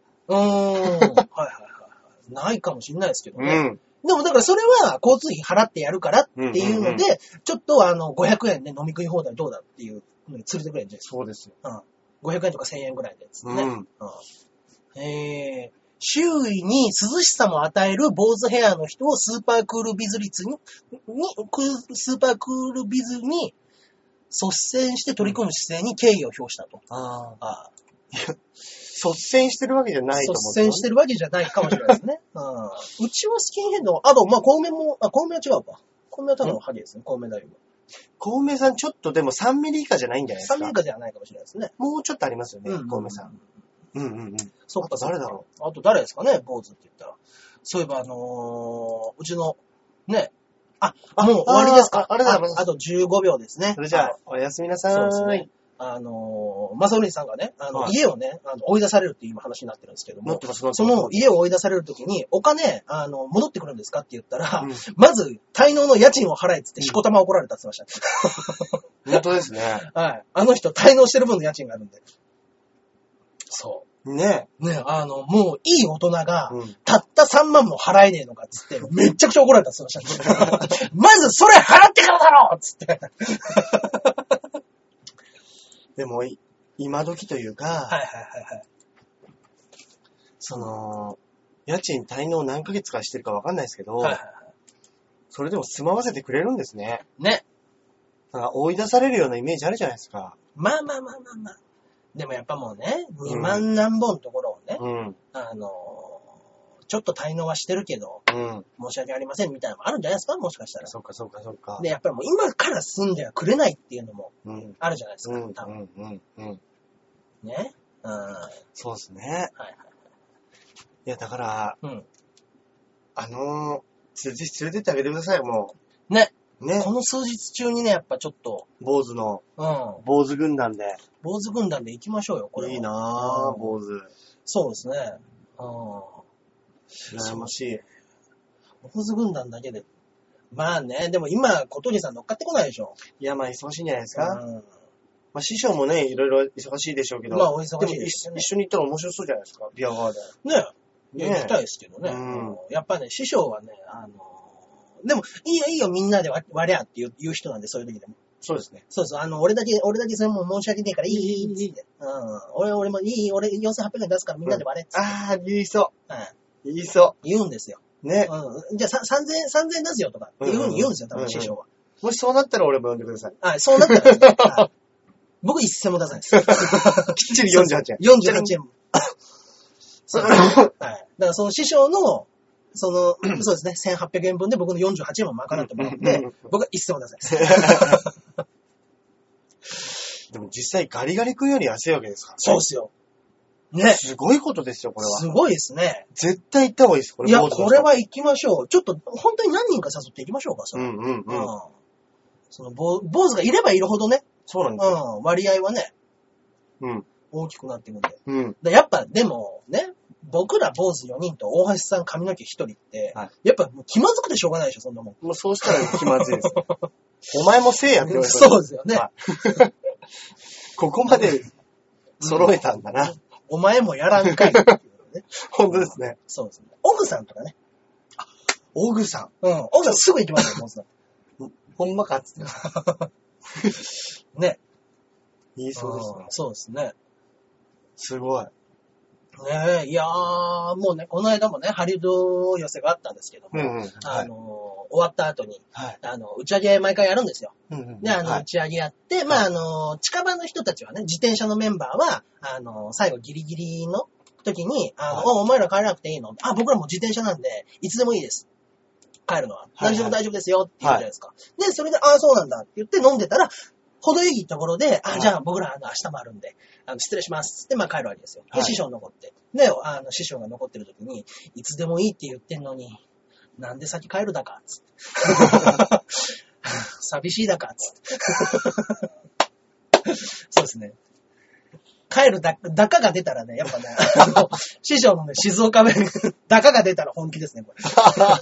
[SPEAKER 1] ないかもしれないですけどね。でもだからそれは交通費払ってやるからっていうので、ちょっと500円で飲み食い放題どうだっていうのに連れてくれるんじゃないですか。
[SPEAKER 2] そうですよ。
[SPEAKER 1] 500円とか1000円ぐらいでつってね。周囲に涼しさも与える坊主ヘアの人をスーパークールビズに率先して取り組む姿勢に敬意を表したと。
[SPEAKER 2] 率先してるわけじゃないと思う。
[SPEAKER 1] 率先してるわけじゃないかもしれないですね。うちはスキンヘッド、コウメは違うか。コウメはただのハゲですね、コウメだよ。
[SPEAKER 2] コウメさんちょっとでも3ミリ以下じゃないんじゃないですか。
[SPEAKER 1] 3ミリ以下じゃないかもしれないですね。
[SPEAKER 2] もうちょっとありますよね、コウメさん。
[SPEAKER 1] そうか、
[SPEAKER 2] 誰だろ
[SPEAKER 1] う。あと誰ですかね、坊主って言ったら。そういえばうちの、ね、 もう終わりですか？
[SPEAKER 2] ありがとうございます。
[SPEAKER 1] あと15秒ですね。
[SPEAKER 2] それじゃあ、おやすみなさい。そうですね。
[SPEAKER 1] まさおりさんがね、家をね、追い出されるっていう話になってるんですけども、その家を追い出されるときに、お金、戻ってくるんですかって言ったら、まず、滞納の家賃を払えってしこたま怒られたって言ってました。
[SPEAKER 2] 本当ですね。
[SPEAKER 1] はい。あの人、滞納してる分の家賃があるんで。そう。
[SPEAKER 2] ね
[SPEAKER 1] もう、いい大人が、たった3万も払えねえのかっつって、めっちゃくちゃ怒られたって言ってました。まず、それ払ってからだろっつって。
[SPEAKER 2] でも、今時というか、
[SPEAKER 1] はい。
[SPEAKER 2] 家賃滞納何ヶ月かしてるかわかんないですけど、それでも住まわせてくれるんですね。
[SPEAKER 1] ね。
[SPEAKER 2] なんか追い出されるようなイメージあるじゃないですか。
[SPEAKER 1] まあ。でもやっぱもうね、2万何本のところをね、ちょっと滞納はしてるけど、申し訳ありませんみたいなのもあるんじゃないですか、もしかしたら。
[SPEAKER 2] そっか。
[SPEAKER 1] で、やっぱりもう今から住んではくれないっていうのもあるじゃないですか、多分。ね。
[SPEAKER 2] そうですね。いや、だから、連れてってあげてください、も
[SPEAKER 1] う。ね。この数日中にね、やっぱちょっと。
[SPEAKER 2] 坊主軍団で。
[SPEAKER 1] 坊主軍団で行きましょうよ、これ。
[SPEAKER 2] いいなぁ、坊主。
[SPEAKER 1] そうですね。
[SPEAKER 2] 羨ましい。
[SPEAKER 1] 坊主軍団だけで。まあね、でも今、小峠さん乗っかってこないでしょ。
[SPEAKER 2] いや、まあ忙しいんじゃないですか。まあ師匠もね、いろいろ忙しいでしょうけど。
[SPEAKER 1] まあお忙しいです
[SPEAKER 2] ね。一緒に行ったら面白そうじゃないですか、ビアガーデン。
[SPEAKER 1] ねえ。行きたいですけどね。やっぱね、師匠はね、でも、いいよ、みんなで割りゃって言う人なんで、そういう時でも。
[SPEAKER 2] そうですね。
[SPEAKER 1] そう、俺だけそれも申し訳ねえから、いいって。俺もいい、俺4800円出すからみんなで割れって。
[SPEAKER 2] 言いそう。言いそう。
[SPEAKER 1] 言うんですよ。
[SPEAKER 2] ね。
[SPEAKER 1] じゃあ3000円出すよとか、っていう風に言うんですよ、多分師匠は。
[SPEAKER 2] もしそうなったら俺も呼んでください。
[SPEAKER 1] そうなったら、僕一銭も出さないです。
[SPEAKER 2] きっちり48円。
[SPEAKER 1] 48円も。はい。だからその師匠の、そうですね、1800円分で僕の48円も賄ってもらって、僕は一銭も出さないです。
[SPEAKER 2] でも実際ガリガリ君より安いわけですからね。
[SPEAKER 1] そうですよ。ね。
[SPEAKER 2] すごいことですよ、これは。
[SPEAKER 1] すごいですね。
[SPEAKER 2] 絶対行った方がいいです、これ。
[SPEAKER 1] いや、これは行きましょう。ちょっと、本当に何人か誘って行きましょうか、それ。その坊主がいればいるほどね。
[SPEAKER 2] そうなんですよ。
[SPEAKER 1] 割合はね。大きくなっていくんで。やっぱ、でも、ね、僕ら坊主4人と大橋さん髪の毛1人って、やっぱもう気まずくてしょうがないでしょ、そんなもん。
[SPEAKER 2] もうそうしたら気まずいです。お前もせえやって言われて。
[SPEAKER 1] そうですよね。
[SPEAKER 2] ここまで揃えたんだな。
[SPEAKER 1] お前もやらんかい。
[SPEAKER 2] 本当ですね。
[SPEAKER 1] そうですね。オグさんとかね。
[SPEAKER 2] オグさ
[SPEAKER 1] ん。オグさんすぐ行きますよ、坊主さん。
[SPEAKER 2] ほんまかっつって。
[SPEAKER 1] ね。
[SPEAKER 2] 言いそうですね。
[SPEAKER 1] そうですね。
[SPEAKER 2] すごい。
[SPEAKER 1] ねえ、いやー、もうね、この間もね、ハリウッド寄せがあったんですけども、終わった後に、打ち上げ毎回やるんですよ。で、打ち上げやって、まあ、近場の人たちはね、自転車のメンバーは、最後ギリギリの時に、お前ら帰らなくていいの？僕らも自転車なんで、いつでもいいです。帰るのは。大丈夫ですよって言うじゃないですか。で、それで、そうなんだって言って飲んでたら、程よいところで、じゃあ僕ら明日もあるんで、失礼しますって、帰るわけですよ。で、師匠残って。で、師匠が残ってる時に、いつでもいいって言ってんのに、なんで先帰るだかつって。寂しいだかつって。そうですね。帰るだかが出たらね、やっぱね、師匠のね、静岡弁、だかが出たら本気ですね、これ。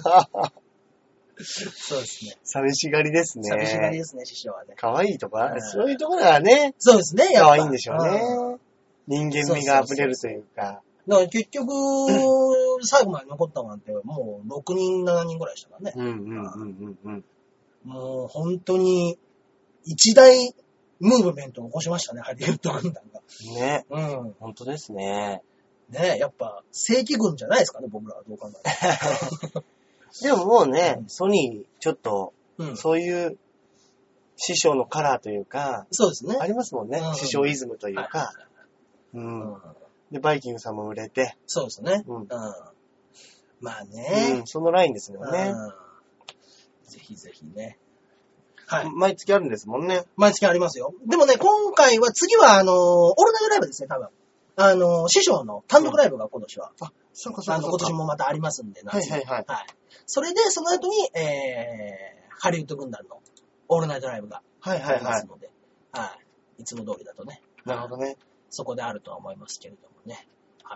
[SPEAKER 1] そうですね。
[SPEAKER 2] 寂しがりですね。
[SPEAKER 1] 寂しがりですね、師匠はね。
[SPEAKER 2] 可愛いところ、そういうところはね。
[SPEAKER 1] そうですね、
[SPEAKER 2] 可愛いんでしょうね。人間味が溢れるというか。
[SPEAKER 1] だから結局、最後まで残ったなんて、もう6人、7人ぐらいでしたからね。もう本当に、一大ムーブメントを起こしましたね、ハリウッド軍団が。
[SPEAKER 2] ね。本当ですね。
[SPEAKER 1] ね、やっぱ、正規軍じゃないですかね、僕らはどう考えても。
[SPEAKER 2] でももうね、ソニー、ちょっと、そういう師匠のカラーというか、
[SPEAKER 1] そうですね。
[SPEAKER 2] ありますもんね。師匠イズムというか。で、バイキングさんも売れて。
[SPEAKER 1] そうですね。まあね。
[SPEAKER 2] そのラインですよね。
[SPEAKER 1] ぜひぜひね。はい。
[SPEAKER 2] 毎月あるんですもんね。
[SPEAKER 1] 毎月ありますよ。でもね、今回は、次は、オールナイトライブですね、多分。師匠の単独ライブが今年は。
[SPEAKER 2] そうか。
[SPEAKER 1] 今年もまたありますんで、
[SPEAKER 2] はい。
[SPEAKER 1] それで、その後に、 ハリウッド軍団のオールナイトライブがありますので、はい。いつも通りだとね。
[SPEAKER 2] なるほどね。
[SPEAKER 1] そこであるとは思いますけれどもね。はい。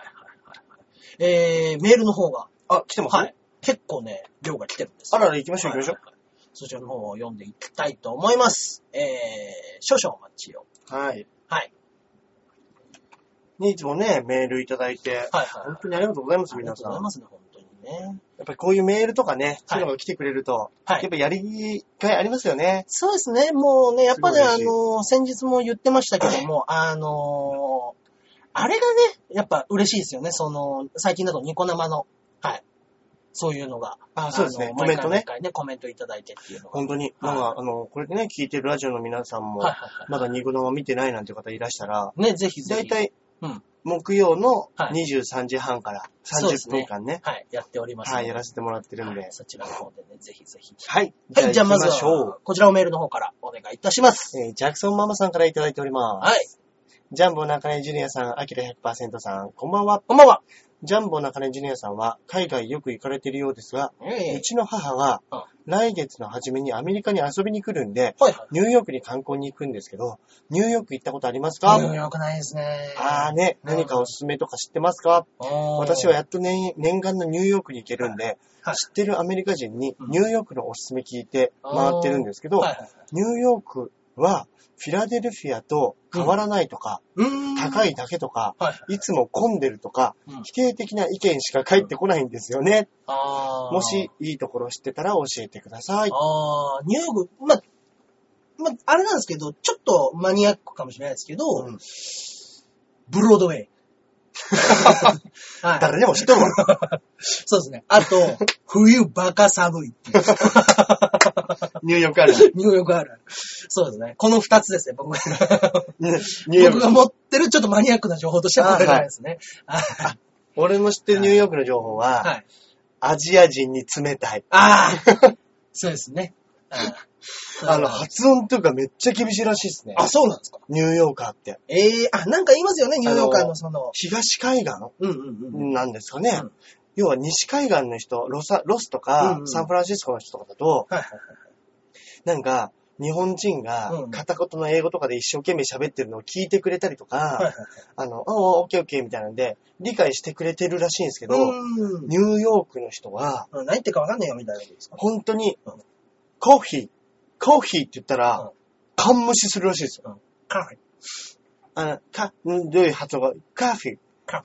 [SPEAKER 1] メールの方が。
[SPEAKER 2] 来てます？はい。
[SPEAKER 1] 結構ね、量が来てるんです。
[SPEAKER 2] あらら、行きましょう。
[SPEAKER 1] そちらの方を読んでいきたいと思います。少々お待ちを。
[SPEAKER 2] はい。
[SPEAKER 1] はい。
[SPEAKER 2] ね、いつもね、メールいただいて、本当にありがとうございます、皆さん。
[SPEAKER 1] ありがとうございますね、本当にね。
[SPEAKER 2] やっぱりこういうメールとかね、そういうのが来てくれると、やっぱやりがいありますよね。
[SPEAKER 1] そうですね、もうね、やっぱり先日も言ってましたけども、あれがね、やっぱ嬉しいですよね、最近だとニコ生の、そういうのが。
[SPEAKER 2] そうですね、コメントね。
[SPEAKER 1] 毎回ね、コメントいただいてっていうのが。
[SPEAKER 2] 本当に。これでね、聞いてるラジオの皆さんも、まだニコ生見てないなんて方いらしたら、
[SPEAKER 1] ね、ぜひぜひ。
[SPEAKER 2] だいたい、木曜の23時半から30分間ね。
[SPEAKER 1] はい、やっております。
[SPEAKER 2] はい、やらせてもらってるんで。
[SPEAKER 1] そちらの方でね、ぜひぜひ。
[SPEAKER 2] はい。
[SPEAKER 1] はい、じゃあまずは、こちらのメールの方からお願いいたします。
[SPEAKER 2] ジャクソンママさんからいただいております。
[SPEAKER 1] はい。
[SPEAKER 2] ジャンボ中根ジュニアさん、アキラ 100% さん、こんばんは。
[SPEAKER 1] こんばんは。
[SPEAKER 2] ジャンボ中根ジュニアさんは海外よく行かれているようですが、うちの母が来月の初めにアメリカに遊びに来るんで、ニューヨークに観光に行くんですけど、ニューヨーク行ったことありますか？
[SPEAKER 1] ニューヨークないですね。
[SPEAKER 2] 何かおすすめとか知ってますか？私はやっと念願のニューヨークに行けるんで、知ってるアメリカ人にニューヨークのおすすめ聞いて回ってるんですけど、ニューヨークはフィラデルフィアと変わらないとか、高いだけとか、いつも混んでるとか、否定的な意見しか返ってこないんですよね。もしいいところ知ってたら教えてください。
[SPEAKER 1] ニューヨーク、あれなんですけど、ちょっとマニアックかもしれないですけど、ブロードウェイ。
[SPEAKER 2] 誰でも知ってるわ。
[SPEAKER 1] そうですね。あと、冬バカ寒いっていう。
[SPEAKER 2] ニューヨークある。
[SPEAKER 1] ニューヨークある。そうですね。この二つですね、僕が持ってるちょっとマニアックな情報としてはこれぐらいですね。
[SPEAKER 2] 俺も知ってるニューヨークの情報は、アジア人に冷たい。
[SPEAKER 1] そうですね。
[SPEAKER 2] 発音とかめっちゃ厳しいらしいですね。
[SPEAKER 1] そうなんですか？
[SPEAKER 2] ニューヨーカーって。
[SPEAKER 1] なんか言いますよね、ニューヨーカーの
[SPEAKER 2] 東海岸なんですかね。要は西海岸の人、ロスとか、サンフランシスコの人とかだと、なんか、日本人が片言の英語とかで一生懸命喋ってるのを聞いてくれたりとか、オッケーオッケーみたいなんで、理解してくれてるらしいんですけど、ニューヨークの人は、
[SPEAKER 1] 何言ってるかわかんないよみたいなことですか？
[SPEAKER 2] 本当に、コーヒーって言ったら、缶無視するらしいですよ。
[SPEAKER 1] カフェ。
[SPEAKER 2] どういう発音が、カフェ、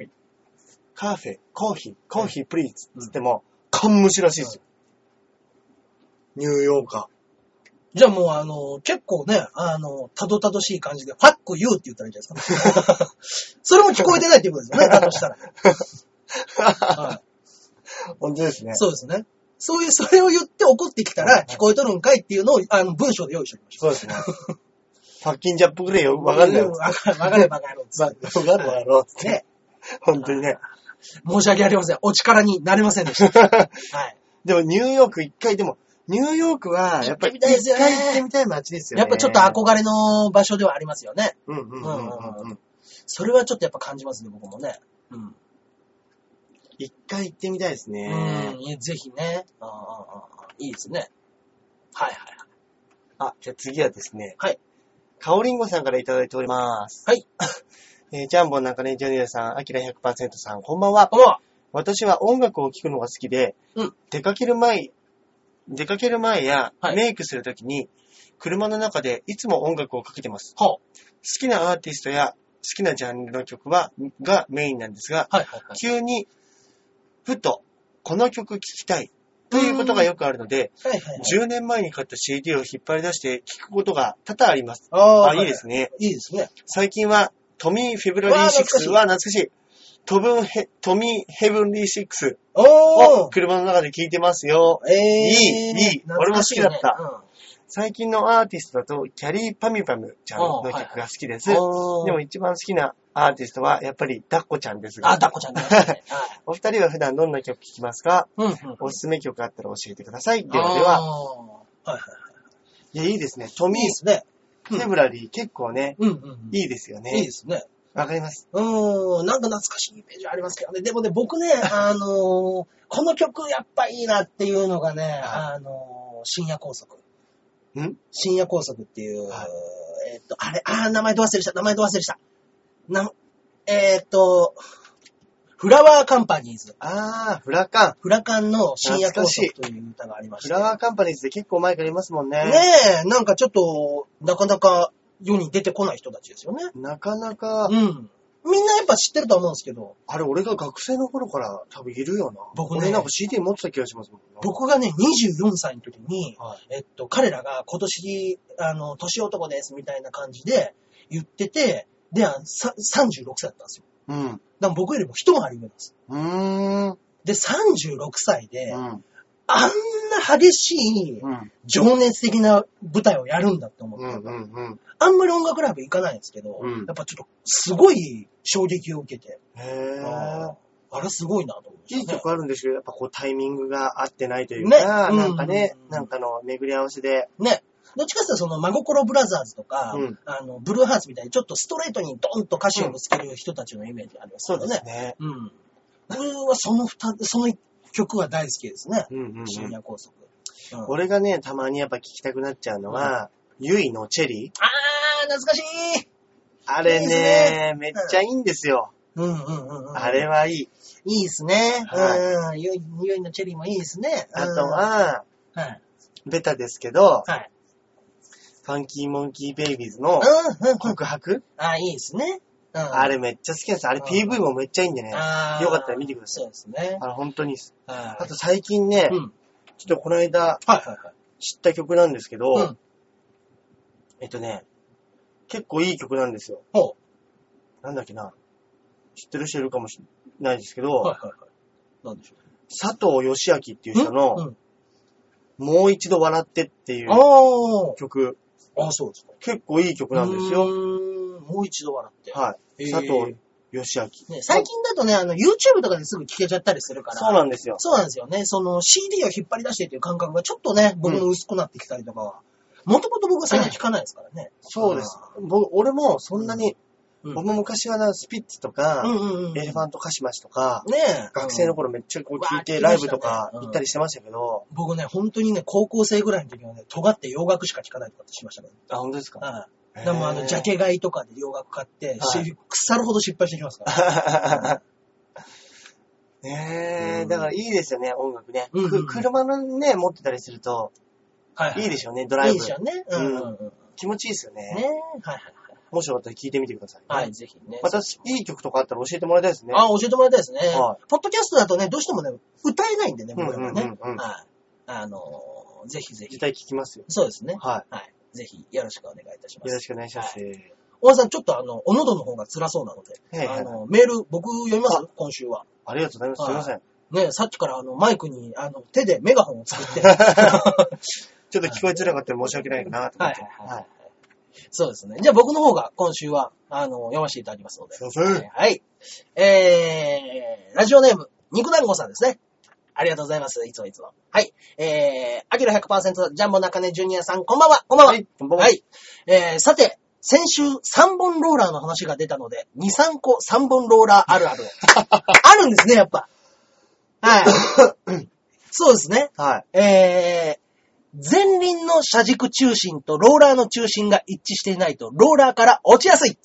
[SPEAKER 2] コーヒー、プリーズって言っても、缶無視らしいですよ。ニューヨーカー。
[SPEAKER 1] じゃあもう結構ね、たどたどしい感じで、ファックユーって言ったらいいんじゃないですか。それも聞こえてないっていうことですよね、だとしたら。
[SPEAKER 2] 本当ですね。
[SPEAKER 1] そうですね。それを言って怒ってきたら、聞こえとるんかいっていうのを、文章で用意しておきましょう。
[SPEAKER 2] そうですね。ファッキンジャップくれよ。わかんない。
[SPEAKER 1] わかればかろう。
[SPEAKER 2] わかるわろう。ね。本当にね。
[SPEAKER 1] 申し訳ありません。お力になれませんでした。はい。
[SPEAKER 2] でもニューヨーク一回、ニューヨークは、やっぱり一回行ってみたい街ですよね。
[SPEAKER 1] やっぱちょっと憧れの場所ではありますよね。それはちょっとやっぱ感じますね、僕もね。
[SPEAKER 2] 一回行ってみたいですね。
[SPEAKER 1] ぜひね。いいですね。はい。
[SPEAKER 2] じゃあ次はですね。
[SPEAKER 1] はい。
[SPEAKER 2] かおりんごさんからいただいております。
[SPEAKER 1] はい。
[SPEAKER 2] ジャンボ中根ジュニアさん、アキラ 100% さん、こんばんは。私は音楽を聴くのが好きで、出かける前やメイクするときに、車の中でいつも音楽をかけてます。好きなアーティストや好きなジャンルの曲がメインなんですが、急にふとこの曲聴きたいということがよくあるので、10年前に買った CD を引っ張り出して聴くことが多々あります。いいですね。
[SPEAKER 1] いいですね。
[SPEAKER 2] 最近はトミー・フェブラリー6は懐かしい。トミー・ヘブンリー6を車の中で聴いてますよ。いい。俺も好きだった。最近のアーティストだと、キャリー・パミュパムちゃんの曲が好きです。でも一番好きなアーティストは、やっぱりダッコちゃんですが。
[SPEAKER 1] ダッコちゃんですね。
[SPEAKER 2] お二人は普段どんな曲聴きますか？おすすめ曲あったら教えてください。ではでは。いや、いいですね。トミー・フェブラリー結構ね、いいですよね。
[SPEAKER 1] いいですね。
[SPEAKER 2] わかります。
[SPEAKER 1] なんか懐かしいイメージありますけどね。でもね、僕ね、この曲やっぱいいなっていうのがね、深夜高速。深夜高速っていう、名前ど忘れした。フラワーカンパニーズ。
[SPEAKER 2] フラカン。
[SPEAKER 1] フラカンの深夜高速という歌がありまして。
[SPEAKER 2] フラワーカンパニーズで結構前からいますもんね。
[SPEAKER 1] ねえ、なんかちょっと、なかなか世に出てこない人たちですよね。
[SPEAKER 2] なかなか。
[SPEAKER 1] みんなやっぱ知ってると思うんですけど。
[SPEAKER 2] あれ、俺が学生の頃から多分いるよな。
[SPEAKER 1] 僕ね。
[SPEAKER 2] 俺なんか CD 持ってた気がしますもん。
[SPEAKER 1] 僕がね、24歳の時に、彼らが今年、年男ですみたいな感じで言ってて、で、36歳だったんですよ。だから僕よりも一回り上なんです。で、36歳で、あんな激しい、情熱的な舞台をやるんだって思った。あんまり音楽ライブ行かないんですけど、やっぱちょっとすごい衝撃を受けて。あれすごいなと思いましたね。
[SPEAKER 2] いい曲あるんですけど、やっぱこうタイミングが合ってないというか、なんかね、なんかの巡り合わせで。
[SPEAKER 1] ね。どっちかっていうとその真心ブラザーズとか、ブルーハーツみたいにちょっとストレートにドンと歌詞をぶつける人たちのイメージありますよね。
[SPEAKER 2] そうですね。
[SPEAKER 1] 僕はその曲は大好きですね。深夜高速。
[SPEAKER 2] 俺がね、たまにやっぱ聴きたくなっちゃうのは、ゆいのチェリー。
[SPEAKER 1] 懐かしい。
[SPEAKER 2] あれね、めっちゃいいんですよ。あれはいい。
[SPEAKER 1] いいですね。ゆいのチェリーもいいですね。
[SPEAKER 2] あとは、ベタですけど、ファンキーモンキーベイビーズの告白。
[SPEAKER 1] いいですね。
[SPEAKER 2] あれめっちゃ好きなんです。あれ PV もめっちゃいいんでね。よかったら見てください。
[SPEAKER 1] そうですね。
[SPEAKER 2] 本当に。あと最近ね、ちょっとこの間、知った曲なんですけど、結構いい曲なんですよ。なんだっけな。知ってる人いるかもしれないですけど、
[SPEAKER 1] なんでしょう。
[SPEAKER 2] 佐藤義明っていう人の、もう一度笑ってっていう曲。
[SPEAKER 1] そうですか。
[SPEAKER 2] 結構いい曲なんですよ。
[SPEAKER 1] もう一度笑って。
[SPEAKER 2] 佐藤義明。
[SPEAKER 1] 最近だとね、YouTube とかですぐ聴けちゃったりするから。
[SPEAKER 2] そうなんですよ。
[SPEAKER 1] そうなんですよね。その CD を引っ張り出してっていう感覚がちょっとね、僕も薄くなってきたりとかは。もともと僕は最近聴かないですからね。
[SPEAKER 2] そうです。俺もそんなに、僕も昔はスピッツとか、エレファントカシマシとか、学生の頃めっちゃこう聴いてライブとか行ったりしてましたけど、
[SPEAKER 1] 僕ね、本当にね、高校生ぐらいの時はね、尖って洋楽しか聴かないとかってしましたから。
[SPEAKER 2] 本当ですか？
[SPEAKER 1] でもジャケ買いとかで洋楽買って、腐るほど失敗してきますから。
[SPEAKER 2] だからいいですよね、音楽ね。車のね、持ってたりすると、いいでしょうね、ドライブ。
[SPEAKER 1] いいでしょうね。
[SPEAKER 2] 気持ちいいですよね。もしよかったら聞いてみてください。
[SPEAKER 1] ぜひね。
[SPEAKER 2] またいい曲とかあったら教えてもらいたいですね。
[SPEAKER 1] 教えてもらいたいですね。ポッドキャストだとね、どうしてもね、歌えないんでね、僕らはね。ぜひぜひ。
[SPEAKER 2] 絶対聞きますよ。
[SPEAKER 1] そうですね。ぜひ、よろしくお願いいたします。
[SPEAKER 2] よろしくお願いします。
[SPEAKER 1] 大和さん、ちょっとお喉の方が辛そうなので、メール、僕読みます今週は。
[SPEAKER 2] ありがとうございます。すいません。
[SPEAKER 1] ね、さっきからマイクに手でメガホンを作って。
[SPEAKER 2] ちょっと聞こえづらかったら申し訳ないかなと思って。
[SPEAKER 1] そうですね。じゃあ僕の方が今週は、読ませていただきますので。はい。ラジオネーム、肉団子さんですね。ありがとうございます。いつもいつも。はい。アキラ 100% ジャンボ中根ジュニアさん、こんばんは。こんばんは。はい。さて、先週3本ローラーの話が出たので、2、3個3本ローラーあるある。あるんですね、やっぱ。はい。そうですね。
[SPEAKER 2] はい。
[SPEAKER 1] 前輪の車軸中心とローラーの中心が一致していないと、ローラーから落ちやすい。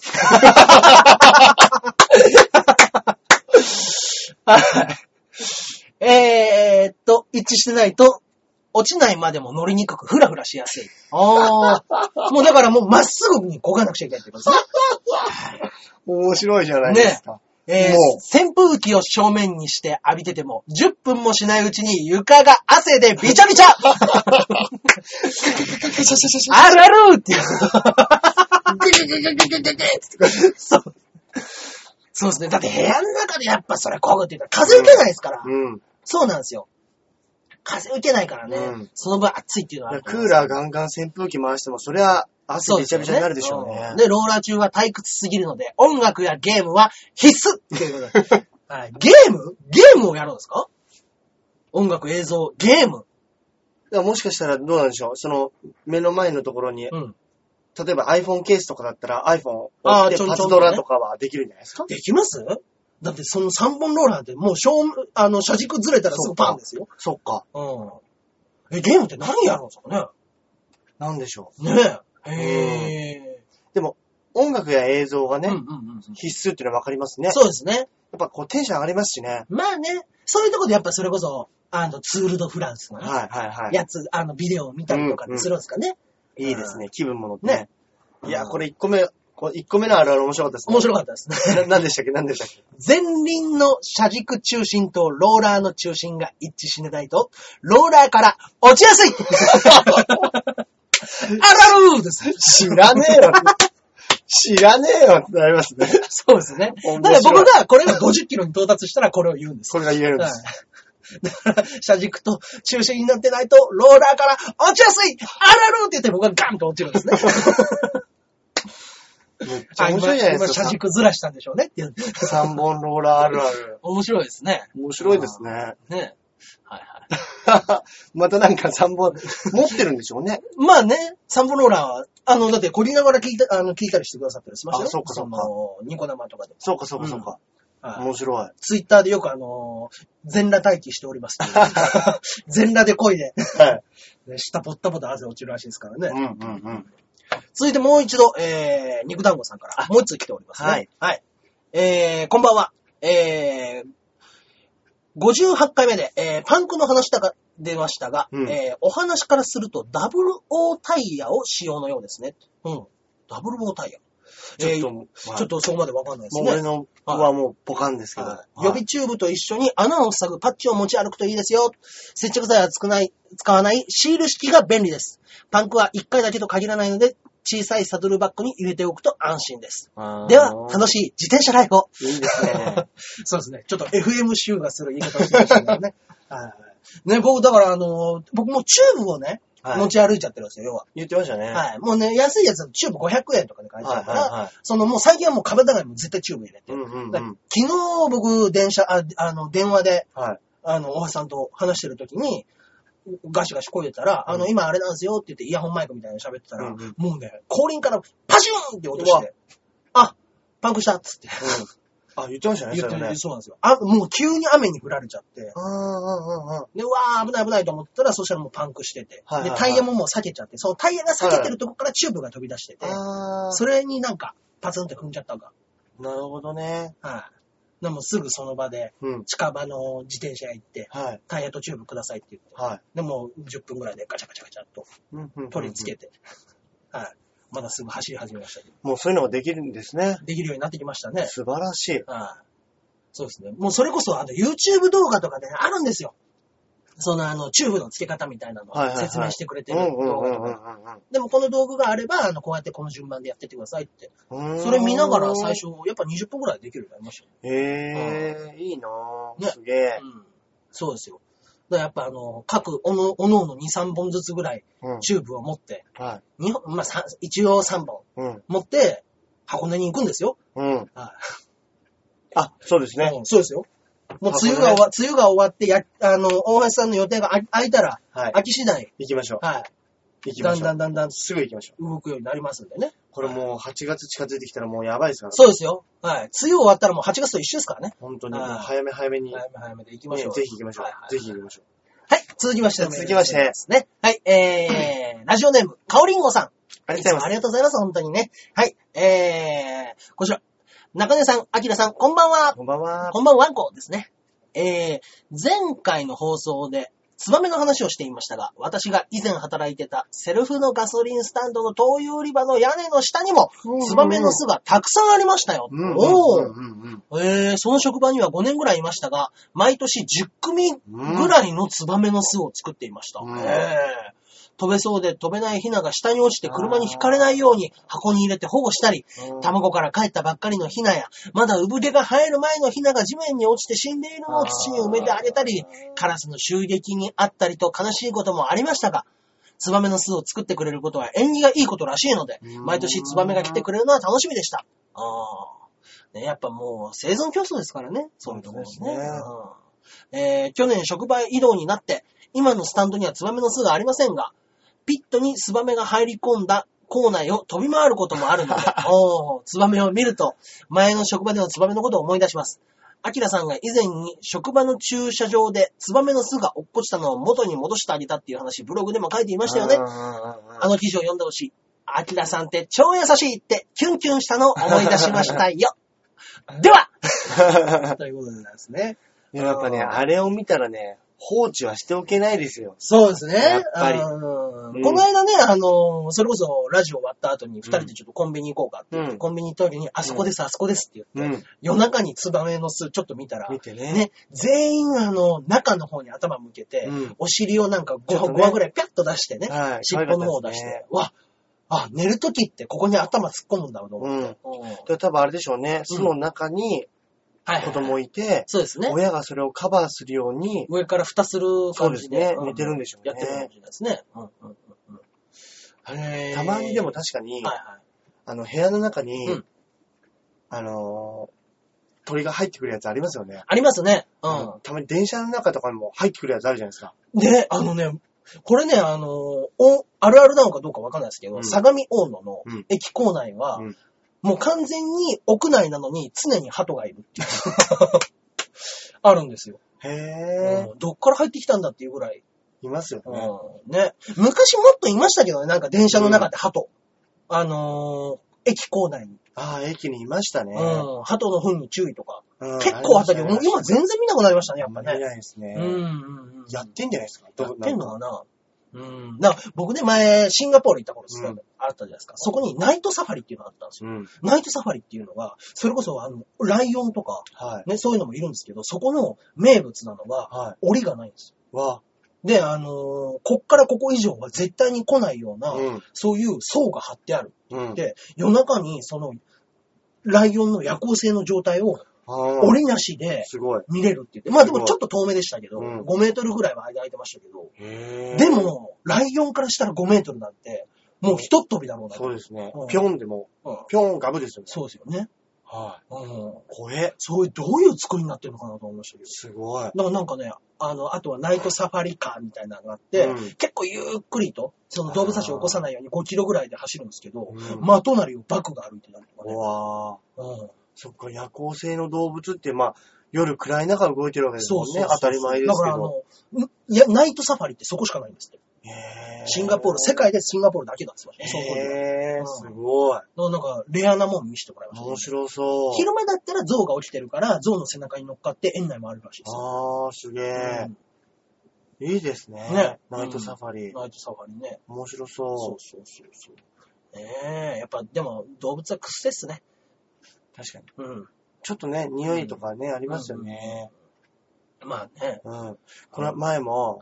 [SPEAKER 1] 一致してないと、落ちないまでも乗りにくく、フラフラしやすい。もうだからもうまっすぐに漕がなくちゃいけないってことですね。
[SPEAKER 2] 面白いじゃないですか。
[SPEAKER 1] 扇風機を正面にして浴びてても、10分もしないうちに床が汗でびちゃびちゃあるあるっていう。そうですね。だって部屋の中でやっぱそれ漕ぐって言ったら風受けないですから。そうなんですよ。風受けないからね。その分暑いっていうのはある。
[SPEAKER 2] クーラーガンガン扇風機回しても、それは汗びちゃびちゃになるでしょうね。
[SPEAKER 1] で、ローラー中は退屈すぎるので、音楽やゲームは必須っていうことで。はい。ゲームをやるんですか？音楽、映像、ゲーム。
[SPEAKER 2] もしかしたらどうなんでしょう。その、目の前のところに、 例えば iPhone ケースとかだったら iPhone を押してパズドラとかはできるんじゃないですか？
[SPEAKER 1] できます？だってその3本ローラーってもう車軸ずれたらすぐパンですよ。
[SPEAKER 2] そっか。
[SPEAKER 1] ゲームって何やるんですかね？
[SPEAKER 2] なんでしょう。
[SPEAKER 1] ねえ。
[SPEAKER 2] でも、音楽や映像がね、必須っていうのはわかりますね。
[SPEAKER 1] そうですね。やっ
[SPEAKER 2] ぱこうテンション上がりますしね。
[SPEAKER 1] まあね、そういうところでやっぱそれこそ、ツール・ド・フランスのね、やつ、ビデオを見たりとかするんですかね。
[SPEAKER 2] いいですね。気分も乗ってね。いや、これ1個目のあるある面白かったですね。
[SPEAKER 1] 面白かったですね。
[SPEAKER 2] 何でしたっけ
[SPEAKER 1] 前輪の車軸中心とローラーの中心が一致しないと、ローラーから落ちやすいあらるーです。
[SPEAKER 2] 知らねえよってなりますね。
[SPEAKER 1] そうですね。だから僕がこれが50キロに到達したらこれを言うんです。
[SPEAKER 2] これが言えるんです。
[SPEAKER 1] だから、車軸と中心になってないと、ローラーから落ちやすいあらるーって言って僕がガンと落ちるんですね。
[SPEAKER 2] めっちゃ面白いじゃないですか。
[SPEAKER 1] 今車軸ずらしたんでしょうねっていう。
[SPEAKER 2] 3本ローラーあるある。
[SPEAKER 1] 面白いですね。
[SPEAKER 2] 面白いですね。
[SPEAKER 1] ね。はい。
[SPEAKER 2] またなんか3本持ってるんでしょうね。
[SPEAKER 1] まあね、3本ローラー、だって凝りながら聞いたりしてくださったりしましたね。
[SPEAKER 2] そうか。
[SPEAKER 1] ニコ生とかで。
[SPEAKER 2] そうか。面白い。
[SPEAKER 1] ツイッターでよく全裸待機しております。全裸で漕いで。はい。下ポッタポタ汗落ちるらしいですからね。続いてもう一度、肉団子さんからもう一つ来ておりますね。はい。こんばんは。58回目で、パンクの話出ましたが、お話からするとダブル O タイヤを使用のようですね。ダブル O タイヤ。ちょっとそこまでわかんないですね。
[SPEAKER 2] 俺のはもうポカンですけど。
[SPEAKER 1] 予備チューブと一緒に穴を塞ぐパッチを持ち歩くといいですよ。接着剤は使わないシール式が便利です。パンクは1回だけと限らないので、小さいサドルバッグに入れておくと安心です。では、楽しい自転車ライフを。
[SPEAKER 2] いいですね。
[SPEAKER 1] そうですね。ちょっと FM 集がする言い方をしてましたね。ね、僕、だから、僕もチューブをね、持ち歩いちゃってるんですよ、要は。
[SPEAKER 2] 言ってましたね。
[SPEAKER 1] はい。もうね、安いやつだとチューブ500円とかで買えちゃうから、もう最近はもう壁高にも絶対チューブ入れて。昨日僕、電話で、大橋さんと話してる時に、ガシガシ漕いでたら、今あれなんですよって言ってイヤホンマイクみたいなの喋ってたら、もうね、後輪からパシューンって音して、パンクしたっつって。
[SPEAKER 2] 言ってましたね、
[SPEAKER 1] 言ってね。そうなんですよ。もう急に雨に降られちゃって。で、危ないと思ったら、そしたらもうパンクしてて。で、タイヤももう裂けちゃって、そのタイヤが裂けてるとこからチューブが飛び出してて、それになんか、パツンって踏んじゃったか。
[SPEAKER 2] なるほどね。
[SPEAKER 1] でもすぐその場で、近場の自転車屋行って、タイヤとチューブくださいって言って、でも10分ぐらいでガチャガチャガチャっと取り付けて、まだすぐ走り始めましたけど。
[SPEAKER 2] もうそういうのができるんですね。
[SPEAKER 1] できるようになってきましたね。
[SPEAKER 2] 素晴らしい。
[SPEAKER 1] そうですね。もうそれこそYouTube 動画とかであるんですよ。チューブの付け方みたいなのを説明してくれてる動画とか。でもこの道具があれば、こうやってこの順番でやってってくださいって。それ見ながら最初、やっぱ20分くらいできるようになりました
[SPEAKER 2] よ。いいなぁ。すげえ。
[SPEAKER 1] そうですよ。だからやっぱ各、おのおの2、3本ずつぐらい、チューブを持って、一応3本、持って、箱根に行くんですよ。
[SPEAKER 2] そうですね。
[SPEAKER 1] そうですよ。もう梅雨が終わって、大橋さんの予定が空いたら、空き次第。
[SPEAKER 2] 行きましょう。
[SPEAKER 1] 行きましょう。だんだん
[SPEAKER 2] すぐ行きましょう。
[SPEAKER 1] 動くようになりますんでね。
[SPEAKER 2] これもう8月近づいてきたらもうやばいですからね。
[SPEAKER 1] そうですよ。梅雨終わったらもう8月と一緒ですからね。
[SPEAKER 2] 本当に。早めに。
[SPEAKER 1] 早めで行きましょう。
[SPEAKER 2] ぜひ行きましょう。ぜひ行きましょう。
[SPEAKER 1] はい。続きましてですね。はい。ラジオネーム、かおりんごさん。
[SPEAKER 2] ありがとうございます。
[SPEAKER 1] ありがとうございます。本当にね。はい。こちら。中根さん、あきらさん、こんばんは。
[SPEAKER 2] こんばんは。
[SPEAKER 1] こんばんはんこですね。前回の放送で、ツバメの話をしていましたが、私が以前働いてたセルフのガソリンスタンドの灯油売り場の屋根の下にも、ツバメの巣がたくさんありましたよ。その職場には5年ぐらいいましたが、毎年10組ぐらいのツバメの巣を作っていました。飛べそうで飛べないヒナが下に落ちて車に引かれないように箱に入れて保護したり、卵から帰ったばっかりのヒナや、まだ産毛が生える前のヒナが地面に落ちて死んでいるのを土に埋めてあげたり、カラスの襲撃にあったりと悲しいこともありましたが、ツバメの巣を作ってくれることは縁起がいいことらしいので、毎年ツバメが来てくれるのは楽しみでした。やっぱもう生存競争ですからね。そういうところですね。去年職場移動になって、今のスタンドにはツバメの巣がありませんが、ピットにツバメが入り込んだ構内を飛び回ることもあるので、ツバメを見ると、前の職場でのツバメのことを思い出します。アキラさんが以前に職場の駐車場でツバメの巣が落っこちたのを元に戻してあげたっていう話、ブログでも書いていましたよね。あの記事を読んでほしい。アキラさんって超優しいってキュンキュンしたのを思い出しましたよ。ではということでですね。
[SPEAKER 2] やっぱね、あれを見たらね、放置はしておけないですよ。
[SPEAKER 1] そうですね。
[SPEAKER 2] やっぱり。
[SPEAKER 1] この間ね、それこそラジオ終わった後に二人でちょっとコンビニ行こうかって言って、コンビニ行った時に、あそこです、あそこですって言って、夜中にツバメの巣ちょっと見たら、ね、全員中の方に頭向けて、お尻をなんか5話ぐらいピャッと出してね、尻尾の方を出して、寝る時ってここに頭突っ込むんだろうと思って。
[SPEAKER 2] 多分あれでしょうね、巣の中に、子供いて、
[SPEAKER 1] そうですね。
[SPEAKER 2] 親がそれをカバーするように、
[SPEAKER 1] 上から蓋する感じで。
[SPEAKER 2] そうですね。寝てるんでしょうね。
[SPEAKER 1] やってるかもしれないですね。
[SPEAKER 2] たまにでも確かに、部屋の中に、鳥が入ってくるやつありますよね。
[SPEAKER 1] ありますね。
[SPEAKER 2] たまに電車の中とかにも入ってくるやつあるじゃないですか。
[SPEAKER 1] で、これね、あるあるなのかどうかわかんないですけど、相模大野の駅構内は、もう完全に屋内なのに常に鳩がいるっていう。あるんですよ。
[SPEAKER 2] へ
[SPEAKER 1] どっから入ってきたんだっていうぐらい。
[SPEAKER 2] いますよ
[SPEAKER 1] ね。ね。昔もっといましたけどね、なんか電車の中で鳩。駅構内に。
[SPEAKER 2] 駅にいましたね。
[SPEAKER 1] 鳩の糞に注意とか。結構あったけど、もう今全然見なくなりましたね、やっぱね。
[SPEAKER 2] 見ないですね。やってんじゃないですか。
[SPEAKER 1] やってんのかな。僕ね、前、シンガポール行った頃ですね、あったじゃないですか。そこにナイトサファリっていうのがあったんですよ。ナイトサファリっていうのが、それこそライオンとか、ね、そういうのもいるんですけど、そこの名物なのは、檻がないんですよ。で、こっからここ以上は絶対に来ないような、そういう層が張ってある。で、夜中にその、ライオンの夜行性の状態を、檻なしで見れるって言って。まあでもちょっと遠目でしたけど、5メートルぐらいは間空いてましたけど、でも、ライオンからしたら5メートルなんて、もう一飛びだろうな。
[SPEAKER 2] そうですね。ぴょんでも、ぴょんガブですよね。
[SPEAKER 1] そうですよね。
[SPEAKER 2] 怖え。
[SPEAKER 1] そういう、どういう作りになってるのかなと思いましたけど。
[SPEAKER 2] すごい。
[SPEAKER 1] だからなんかね、あとはナイトサファリカーみたいなのがあって、結構ゆっくりと、その動物たちを起こさないように5キロぐらいで走るんですけど、真隣をバクが歩いてたりとかね。
[SPEAKER 2] そっか、夜行性の動物って、まあ、夜暗い中動いてるわけですもんね。当たり前ですけど。
[SPEAKER 1] だからナイトサファリってそこしかないんですって。シンガポール、世界でシンガポールだけなんですよね。
[SPEAKER 2] すごい。
[SPEAKER 1] なんか、レアなもん見せてもらいました。
[SPEAKER 2] 面白そう。
[SPEAKER 1] 昼間だったら象が起きてるから、象の背中に乗っかって園内もあるらしいですよ。
[SPEAKER 2] すげえ。いいですね。ナイトサファリ。
[SPEAKER 1] ナイトサファリね。
[SPEAKER 2] 面白そう。
[SPEAKER 1] そう。やっぱ、でも、動物は癖っすね。
[SPEAKER 2] 確かに。ちょっとね、匂いとかね、ありますよね。
[SPEAKER 1] まあね。
[SPEAKER 2] この前も、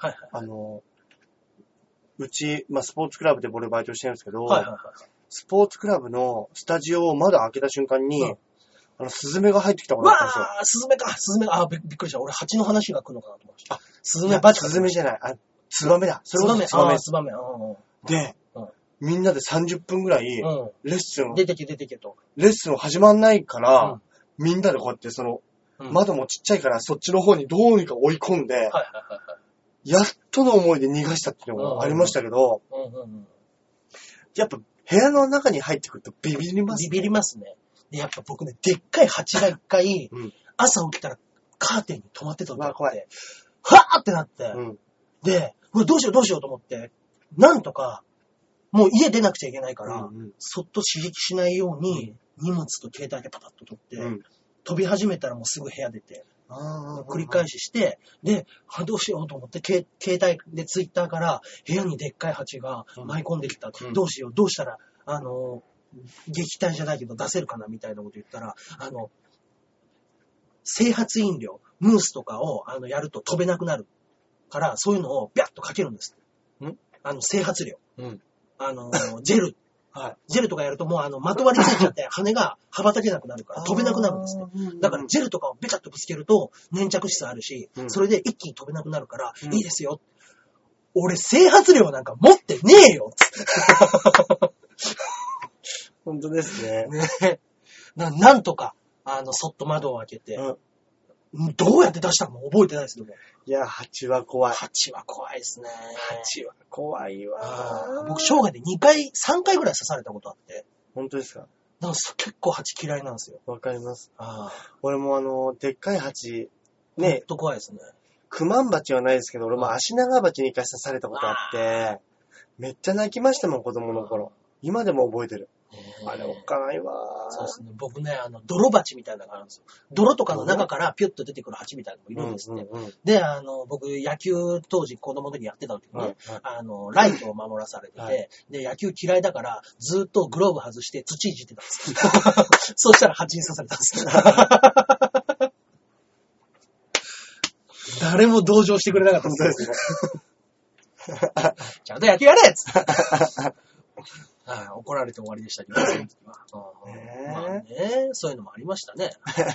[SPEAKER 2] うち、スポーツクラブで俺バイトしてるんですけど、スポーツクラブのスタジオを窓開けた瞬間に、スズメが入ってきたことあったんですよ。
[SPEAKER 1] スズメか。びっくりした。俺、蜂の話が来るのかなと思いました。
[SPEAKER 2] スズメじゃない。ツバメだ。
[SPEAKER 1] ツバメ。
[SPEAKER 2] で、みんなで30分ぐらい、レッスン
[SPEAKER 1] 出てけと。
[SPEAKER 2] レッスン始まんないから、みんなでこうやって窓もちっちゃいからそっちの方にどうにか追い込んで、やっとの思いで逃がしたっていうのがありましたけど、やっぱ部屋の中に入ってくるとビビりますね。
[SPEAKER 1] ビビりますね。で、やっぱ僕ね、でっかい蜂が一回、朝起きたらカーテンに止まってたのがあって、はぁってなって、で、どうしようと思って、なんとか、もう家出なくちゃいけないから、そっと刺激しないように、荷物と携帯でパタッと取って、飛び始めたらもうすぐ部屋出て、繰り返しして、で、どうしようと思って、携帯でツイッターから部屋にでっかい蜂が舞い込んできた。どうしよう、どうしたら、撃退じゃないけど出せるかなみたいなこと言ったら、整髪飲料、ムースとかをやると飛べなくなるから、そういうのをビャッとかけるんです。整髪料。ジェル。ジェルとかやるともうまとわりついちゃって羽が羽ばたけなくなるから飛べなくなるんですね。だからジェルとかをベチャッとぶつけると粘着質あるし、それで一気に飛べなくなるから、いいですよ。俺整髪料なんか持ってねえよ
[SPEAKER 2] 本当ですね。
[SPEAKER 1] なんとか、そっと窓を開けて、 どうやって出したかも覚えてないですけど。
[SPEAKER 2] いや、8は怖い。
[SPEAKER 1] 8は怖いですね。
[SPEAKER 2] 8は怖いわ。
[SPEAKER 1] 僕、生涯で2回、3回ぐらい刺されたことあって。
[SPEAKER 2] 本当ですか？
[SPEAKER 1] なんか結構8嫌いなんですよ。
[SPEAKER 2] わかります。俺もでっかい8、ね。
[SPEAKER 1] ほんと怖いですね。
[SPEAKER 2] クマンバチはないですけど、俺も足長バチに一回刺されたことあって、めっちゃ泣きましたもん、子供の頃。今でも覚えてる。あれ、おっかないわ。
[SPEAKER 1] そうですね。僕ね、泥鉢みたいなのがあるんですよ。泥とかの中からピュッと出てくる鉢みたいなのがいるんですね。で、僕、野球当時子供の時やってた時にね、ライトを守らされてて、で、野球嫌いだから、ずっとグローブ外して土いじってたんですよ。そしたら鉢に刺されたんですよ。誰も同情してくれなかったですね。ちゃんと野球やれっつって。怒られて終わりでしたけど、その時は。まあね、そういうのもありましたね。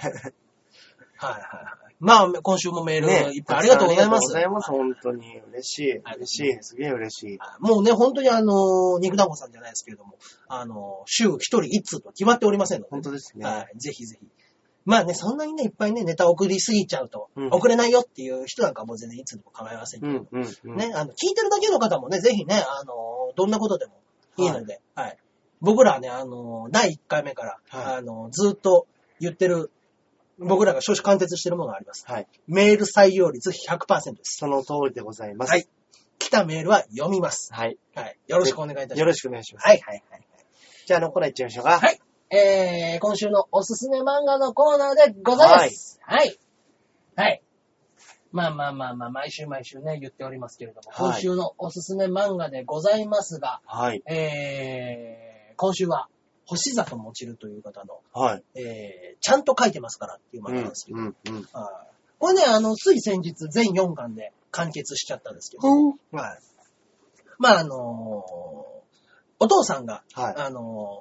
[SPEAKER 1] まあ、今週もメールいっぱいありがとうございます。
[SPEAKER 2] ありがとうございます。本当に嬉しい。嬉しい。すげえ嬉しい。
[SPEAKER 1] もうね、本当に肉団子さんじゃないですけれども、週一人一通と決まっておりませんので。
[SPEAKER 2] 本当ですね。
[SPEAKER 1] はい。ぜひぜひ。まあね、そんなにね、いっぱいね、ネタ送りすぎちゃうと、送れないよっていう人なんかも全然いつでも構いませんけど、ね、聞いてるだけの方もね、ぜひね、どんなことでもいいので、はい。僕らはね、第1回目から、ずっと言ってる、僕らが少々貫徹してるものがあります。はい。メール採用率 100% です。
[SPEAKER 2] その通りでございます。
[SPEAKER 1] はい。来たメールは読みます。はい。はい。よろしくお願いいたします。
[SPEAKER 2] よろしくお願いします。
[SPEAKER 1] はいはいはい。
[SPEAKER 2] じゃあ、コーナー行っちゃいましょうか。
[SPEAKER 1] はい。今週のおすすめ漫画のコーナーでございます。はい。はい。まあ、毎週ね、言っておりますけれども、今週のおすすめ漫画でございますが、はい。今週は、星里もちるという方の、はい。ちゃんと書いてますからっていう漫画なんですけど、これね、つい先日全4巻で完結しちゃったんですけど、はい。まあ、お父さんが、はい。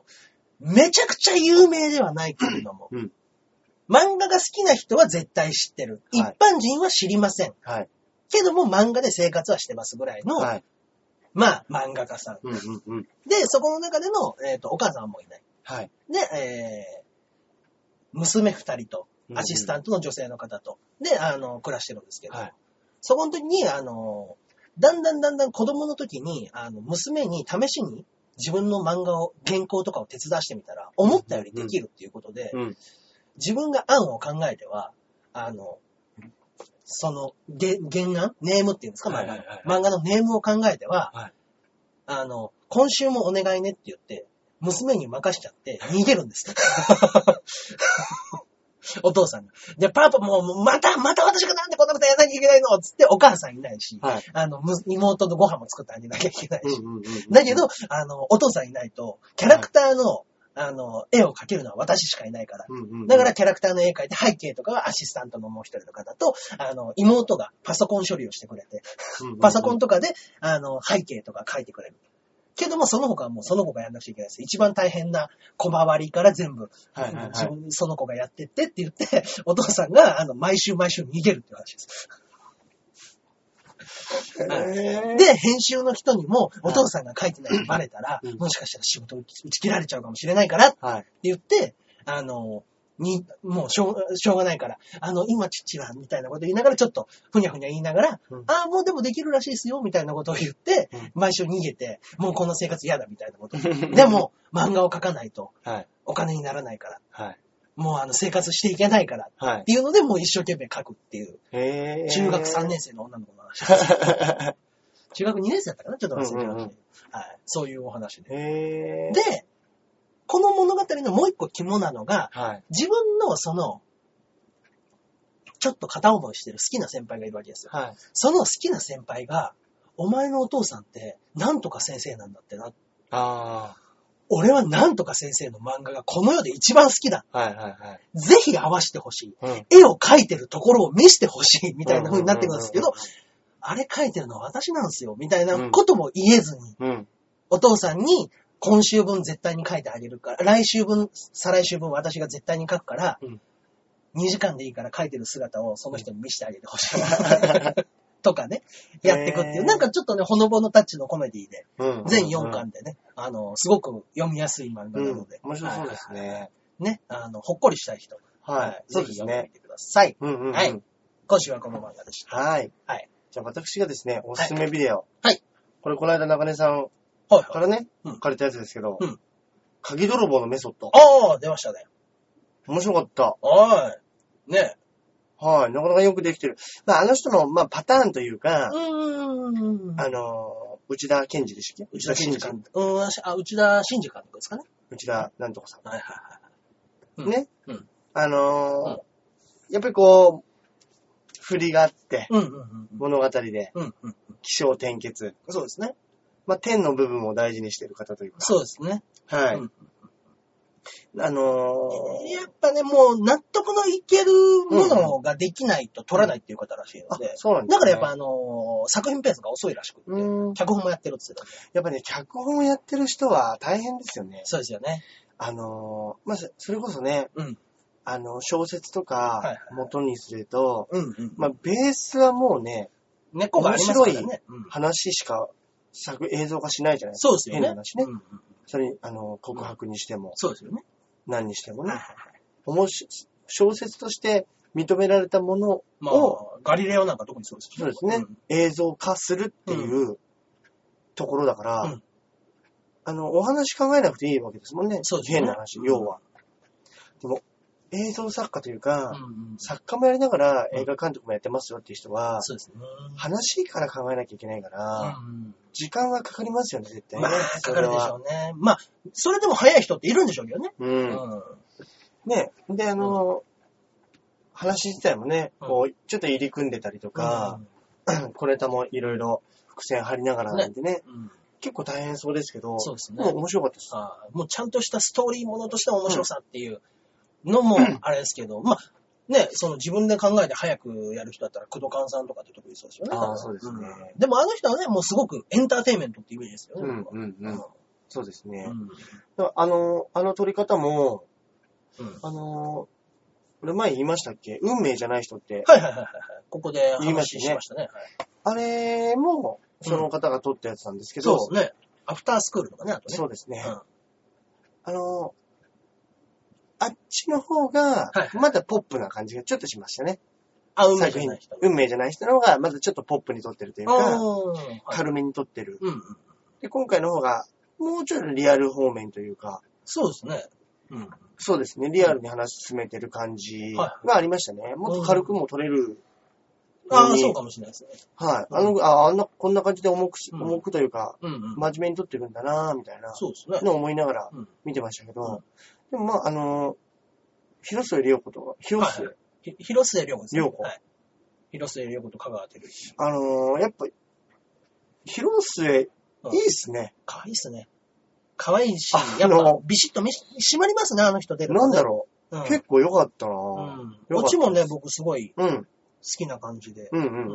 [SPEAKER 1] めちゃくちゃ有名ではないけれども、漫画が好きな人は絶対知ってる。一般人は知りません。はい。けども漫画で生活はしてますぐらいの、はい。まあ、漫画家さん。で、そこの中での、お母さんもいない。はい。で、娘2人と、アシスタントの女性の方と、で、暮らしてるんですけど、はい。そこの時に、だんだん子供の時に、娘に試しに、自分の漫画を、原稿とかを手伝わしてみたら、思ったよりできるっていうことで、自分が案を考えては、その、原案ネームっていうんですか、漫画のネームを考えては、はい、今週もお願いねって言って、娘に任しちゃって逃げるんです。お父さんが。で、パパもう、また私がなんでこんなことやらなきゃいけないのつって、お母さんいないし、はい、妹のご飯も作ってあげなきゃいけないし。だけど、お父さんいないと、キャラクターの、絵を描けるのは私しかいないから。だからキャラクターの絵描いて背景とかはアシスタントのもう一人の方と、妹がパソコン処理をしてくれて、パソコンとかで、背景とか描いてくれる。けども、その他はもうその子がやんなくちゃいけないです。一番大変な小回りから全部、その子がやってってって言って、お父さんが、毎週逃げるっていう話です。で、編集の人にも、お父さんが書いてないとバレたら、もしかしたら仕事打ち切られちゃうかもしれないから、って言って、もうしょうがないから、今父は、みたいなこと言いながら、ちょっと、ふにゃふにゃ言いながら、もうでもできるらしいですよ、みたいなことを言って、毎週逃げて、もうこの生活嫌だ、みたいなこと。でも、漫画を描かないと、お金にならないから、もう生活していけないから、っていうので、もう一生懸命描くっていう、中学3年生の女の子の話です。中学2年生だったかなちょっと忘れてましたけど、そういうお話で。で、この物語のもう一個肝なのが、自分のちょっと片思いしてる好きな先輩がいるわけですよ。その好きな先輩が、お前のお父さんってなんとか先生なんだってな。俺はなんとか先生の漫画がこの世で一番好きだ。ぜひ合わせてほしい、絵を描いてるところを見せてほしいみたいな風になってくるんですけど、あれ描いてるのは私なんですよみたいなことも言えずに、お父さんに今週分絶対に書いてあげるから、来週分、再来週分私が絶対に書くから、2時間でいいから書いてる姿をその人に見せてあげてほしい。とかね、やっていくっていう、なんかちょっとね、ほのぼのタッチのコメディで、全4巻でね、すごく読みやすい漫画なので。
[SPEAKER 2] 面白そうですね。
[SPEAKER 1] ね、ほっこりしたい人。
[SPEAKER 2] はい。そうですね。
[SPEAKER 1] ぜひ読んでみてください。はい。今週はこの漫画でした。
[SPEAKER 2] はい。はい。じゃあ私がですね、おすすめビデオ。
[SPEAKER 1] はい。
[SPEAKER 2] これこの間中根さんからね、借りたやつですけど、鍵泥棒のメソッド。
[SPEAKER 1] ああ、出ましたね。
[SPEAKER 2] 面白かった。
[SPEAKER 1] はい。ね。
[SPEAKER 2] はい。なかなかよくできてる。まあ、あの人の、まあ、パターンというか、内田健二でしたっけ？
[SPEAKER 1] 内田健二監督。内田真二監督ですかね。
[SPEAKER 2] 内田なんとかさん。
[SPEAKER 1] はいはいはい。
[SPEAKER 2] ね。やっぱりこう、振りがあって、物語で、起承転結。
[SPEAKER 1] そうですね。
[SPEAKER 2] まあ、天の部分を大事にしている方というか。
[SPEAKER 1] そうですね。
[SPEAKER 2] はい。
[SPEAKER 1] やっぱね、もう納得のいけるものができないと撮らないっていう方らしいので。
[SPEAKER 2] そうなんですね。
[SPEAKER 1] だからやっぱ作品ペースが遅いらしくて、脚本もやってるって言ってた。
[SPEAKER 2] やっぱね、脚本をやってる人は大変ですよね。
[SPEAKER 1] そうですよね。
[SPEAKER 2] まあ、それこそね、小説とか元にすると、まあ、ベースはもうね、面白い話しか映像化しないじゃないですか。
[SPEAKER 1] そうですよね。
[SPEAKER 2] 変な話ね。それに、告白にしても。
[SPEAKER 1] そうですよね。
[SPEAKER 2] 何にしてもね。小説として認められたものを、
[SPEAKER 1] まあ、ガリレオなんか特にそうです
[SPEAKER 2] ね。そうですね。映像化するっていうところだから、お話考えなくていいわけですもんね。
[SPEAKER 1] そうですね。
[SPEAKER 2] 変な話、要は。でも、映像作家というか、作家もやりながら映画監督もやってますよっていう人は、
[SPEAKER 1] そうですね。
[SPEAKER 2] 話から考えなきゃいけないから、時間はかかりますよね、絶対ね。
[SPEAKER 1] まあ、かかるでしょうね。まあ、それでも早い人っているんでしょうけどね。
[SPEAKER 2] ね、で、話自体もね、こう、ちょっと入り組んでたりとか、小ネタもいろいろ伏線張りながらなんでね、結構大変そうですけど、
[SPEAKER 1] そうですね。
[SPEAKER 2] もう面白かったです。
[SPEAKER 1] もうちゃんとしたストーリーものとしての面白さっていうのもあれですけど、まあ、ね、その自分で考えて早くやる人だったら、工藤勘さんとかって得意そうですよね。
[SPEAKER 2] そうですね。
[SPEAKER 1] でもあの人はね、もうすごくエンターテインメントってイメージですよね。
[SPEAKER 2] そうですね。あの撮り方も、俺前言いましたっけ？運命じゃない人って。
[SPEAKER 1] はい。ここで話しましたね。
[SPEAKER 2] あれも、その方が撮ったやつなんですけど。
[SPEAKER 1] そうですね。アフタースクールとかね、あとね。
[SPEAKER 2] そうですね。あっちの方が、まだポップな感じがちょっとしましたね。
[SPEAKER 1] 運命じゃない人。
[SPEAKER 2] 運命じゃない人の方が、まだちょっとポップに撮ってるというか、軽めに撮ってる。で、今回の方が、もうちょっとリアル方面というか。
[SPEAKER 1] そうですね。
[SPEAKER 2] そうですね。リアルに話進めてる感じがありましたね。もっと軽くも撮れる。
[SPEAKER 1] そうかもしれないですね。
[SPEAKER 2] はい。こんな感じで重くというか、真面目に撮ってるんだなぁ、みたいな。
[SPEAKER 1] そうですね。
[SPEAKER 2] のを思いながら見てましたけど、でもまあ、広末涼子と、広末
[SPEAKER 1] 涼子ですね。広末涼子と香川照之。
[SPEAKER 2] やっぱ、広末、いいっすね。
[SPEAKER 1] 可愛いっすね。可愛いし、やっぱビシッと締まりますね、あの人出る。
[SPEAKER 2] なんだろう。結構良かったなぁ。
[SPEAKER 1] オチもね、僕すごい好きな感じで。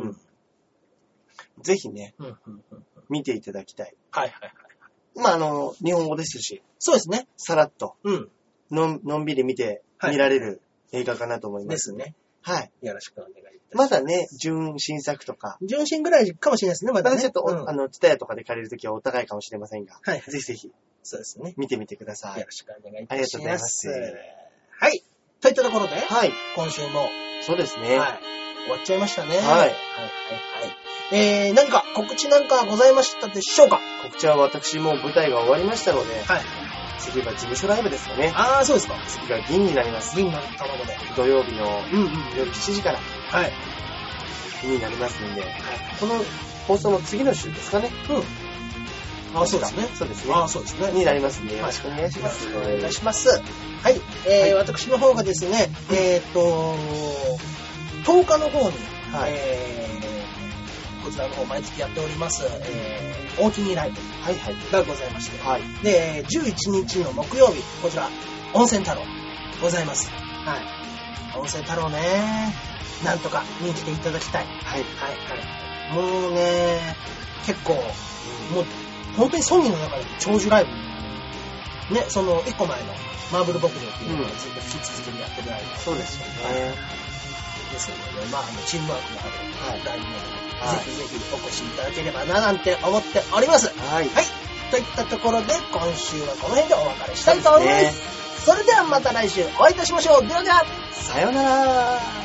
[SPEAKER 2] ぜひね、見ていただきたい。
[SPEAKER 1] はい。
[SPEAKER 2] まあ、日本語ですし。
[SPEAKER 1] そうですね。
[SPEAKER 2] さらっと。のんびり見られる映画かなと思います。
[SPEAKER 1] ですね。
[SPEAKER 2] はい。
[SPEAKER 1] よろしくお願いいたします。
[SPEAKER 2] まだね、純新作とか。
[SPEAKER 1] 純新ぐらいかもしれないですね、まだね。
[SPEAKER 2] ちょっと、ツタヤとかで借りるときはお互いかもしれませんが。ぜひぜひ。
[SPEAKER 1] そうですね。
[SPEAKER 2] 見てみてください。
[SPEAKER 1] よろしくお願いいたします。
[SPEAKER 2] ありがとうございます。
[SPEAKER 1] はい。といったところで、今週も。
[SPEAKER 2] そうですね。
[SPEAKER 1] 終わっちゃいましたね。何か告知なんかございましたでしょうか？
[SPEAKER 2] 告知は私も舞台が終わりましたので、次は事務所ライブですかね。
[SPEAKER 1] そうですか。
[SPEAKER 2] 次が銀になります。
[SPEAKER 1] 銀の卵で。
[SPEAKER 2] 土曜日の夜7時から。になりますんで、この放送の次の週ですかね。
[SPEAKER 1] そうですね。
[SPEAKER 2] そうですね。
[SPEAKER 1] そうですね。
[SPEAKER 2] になりますんで、よろしくお願いします。
[SPEAKER 1] お願いします。はい。私の方がですね、10日の方に、こちらの方毎月やっております、大きにライブがございまして、で、11日の木曜日、こちら、温泉太郎ございます。温泉太郎ね、なんとか見に来ていただきたい。もうね、結構、もう、本当にソニーの中で長寿ライブ。ね、その1個前のマーブル牧場っていうのがずっと引き続きにやってるライブ。
[SPEAKER 2] そうですよね。
[SPEAKER 1] ですので、チームワークがあるライブなので、ぜひぜひお越しいただければななんて思っております。といったところで、今週はこの辺でお別れしたいと思います。それではまた来週お会いいたしましょう。ではでは。
[SPEAKER 2] さよなら。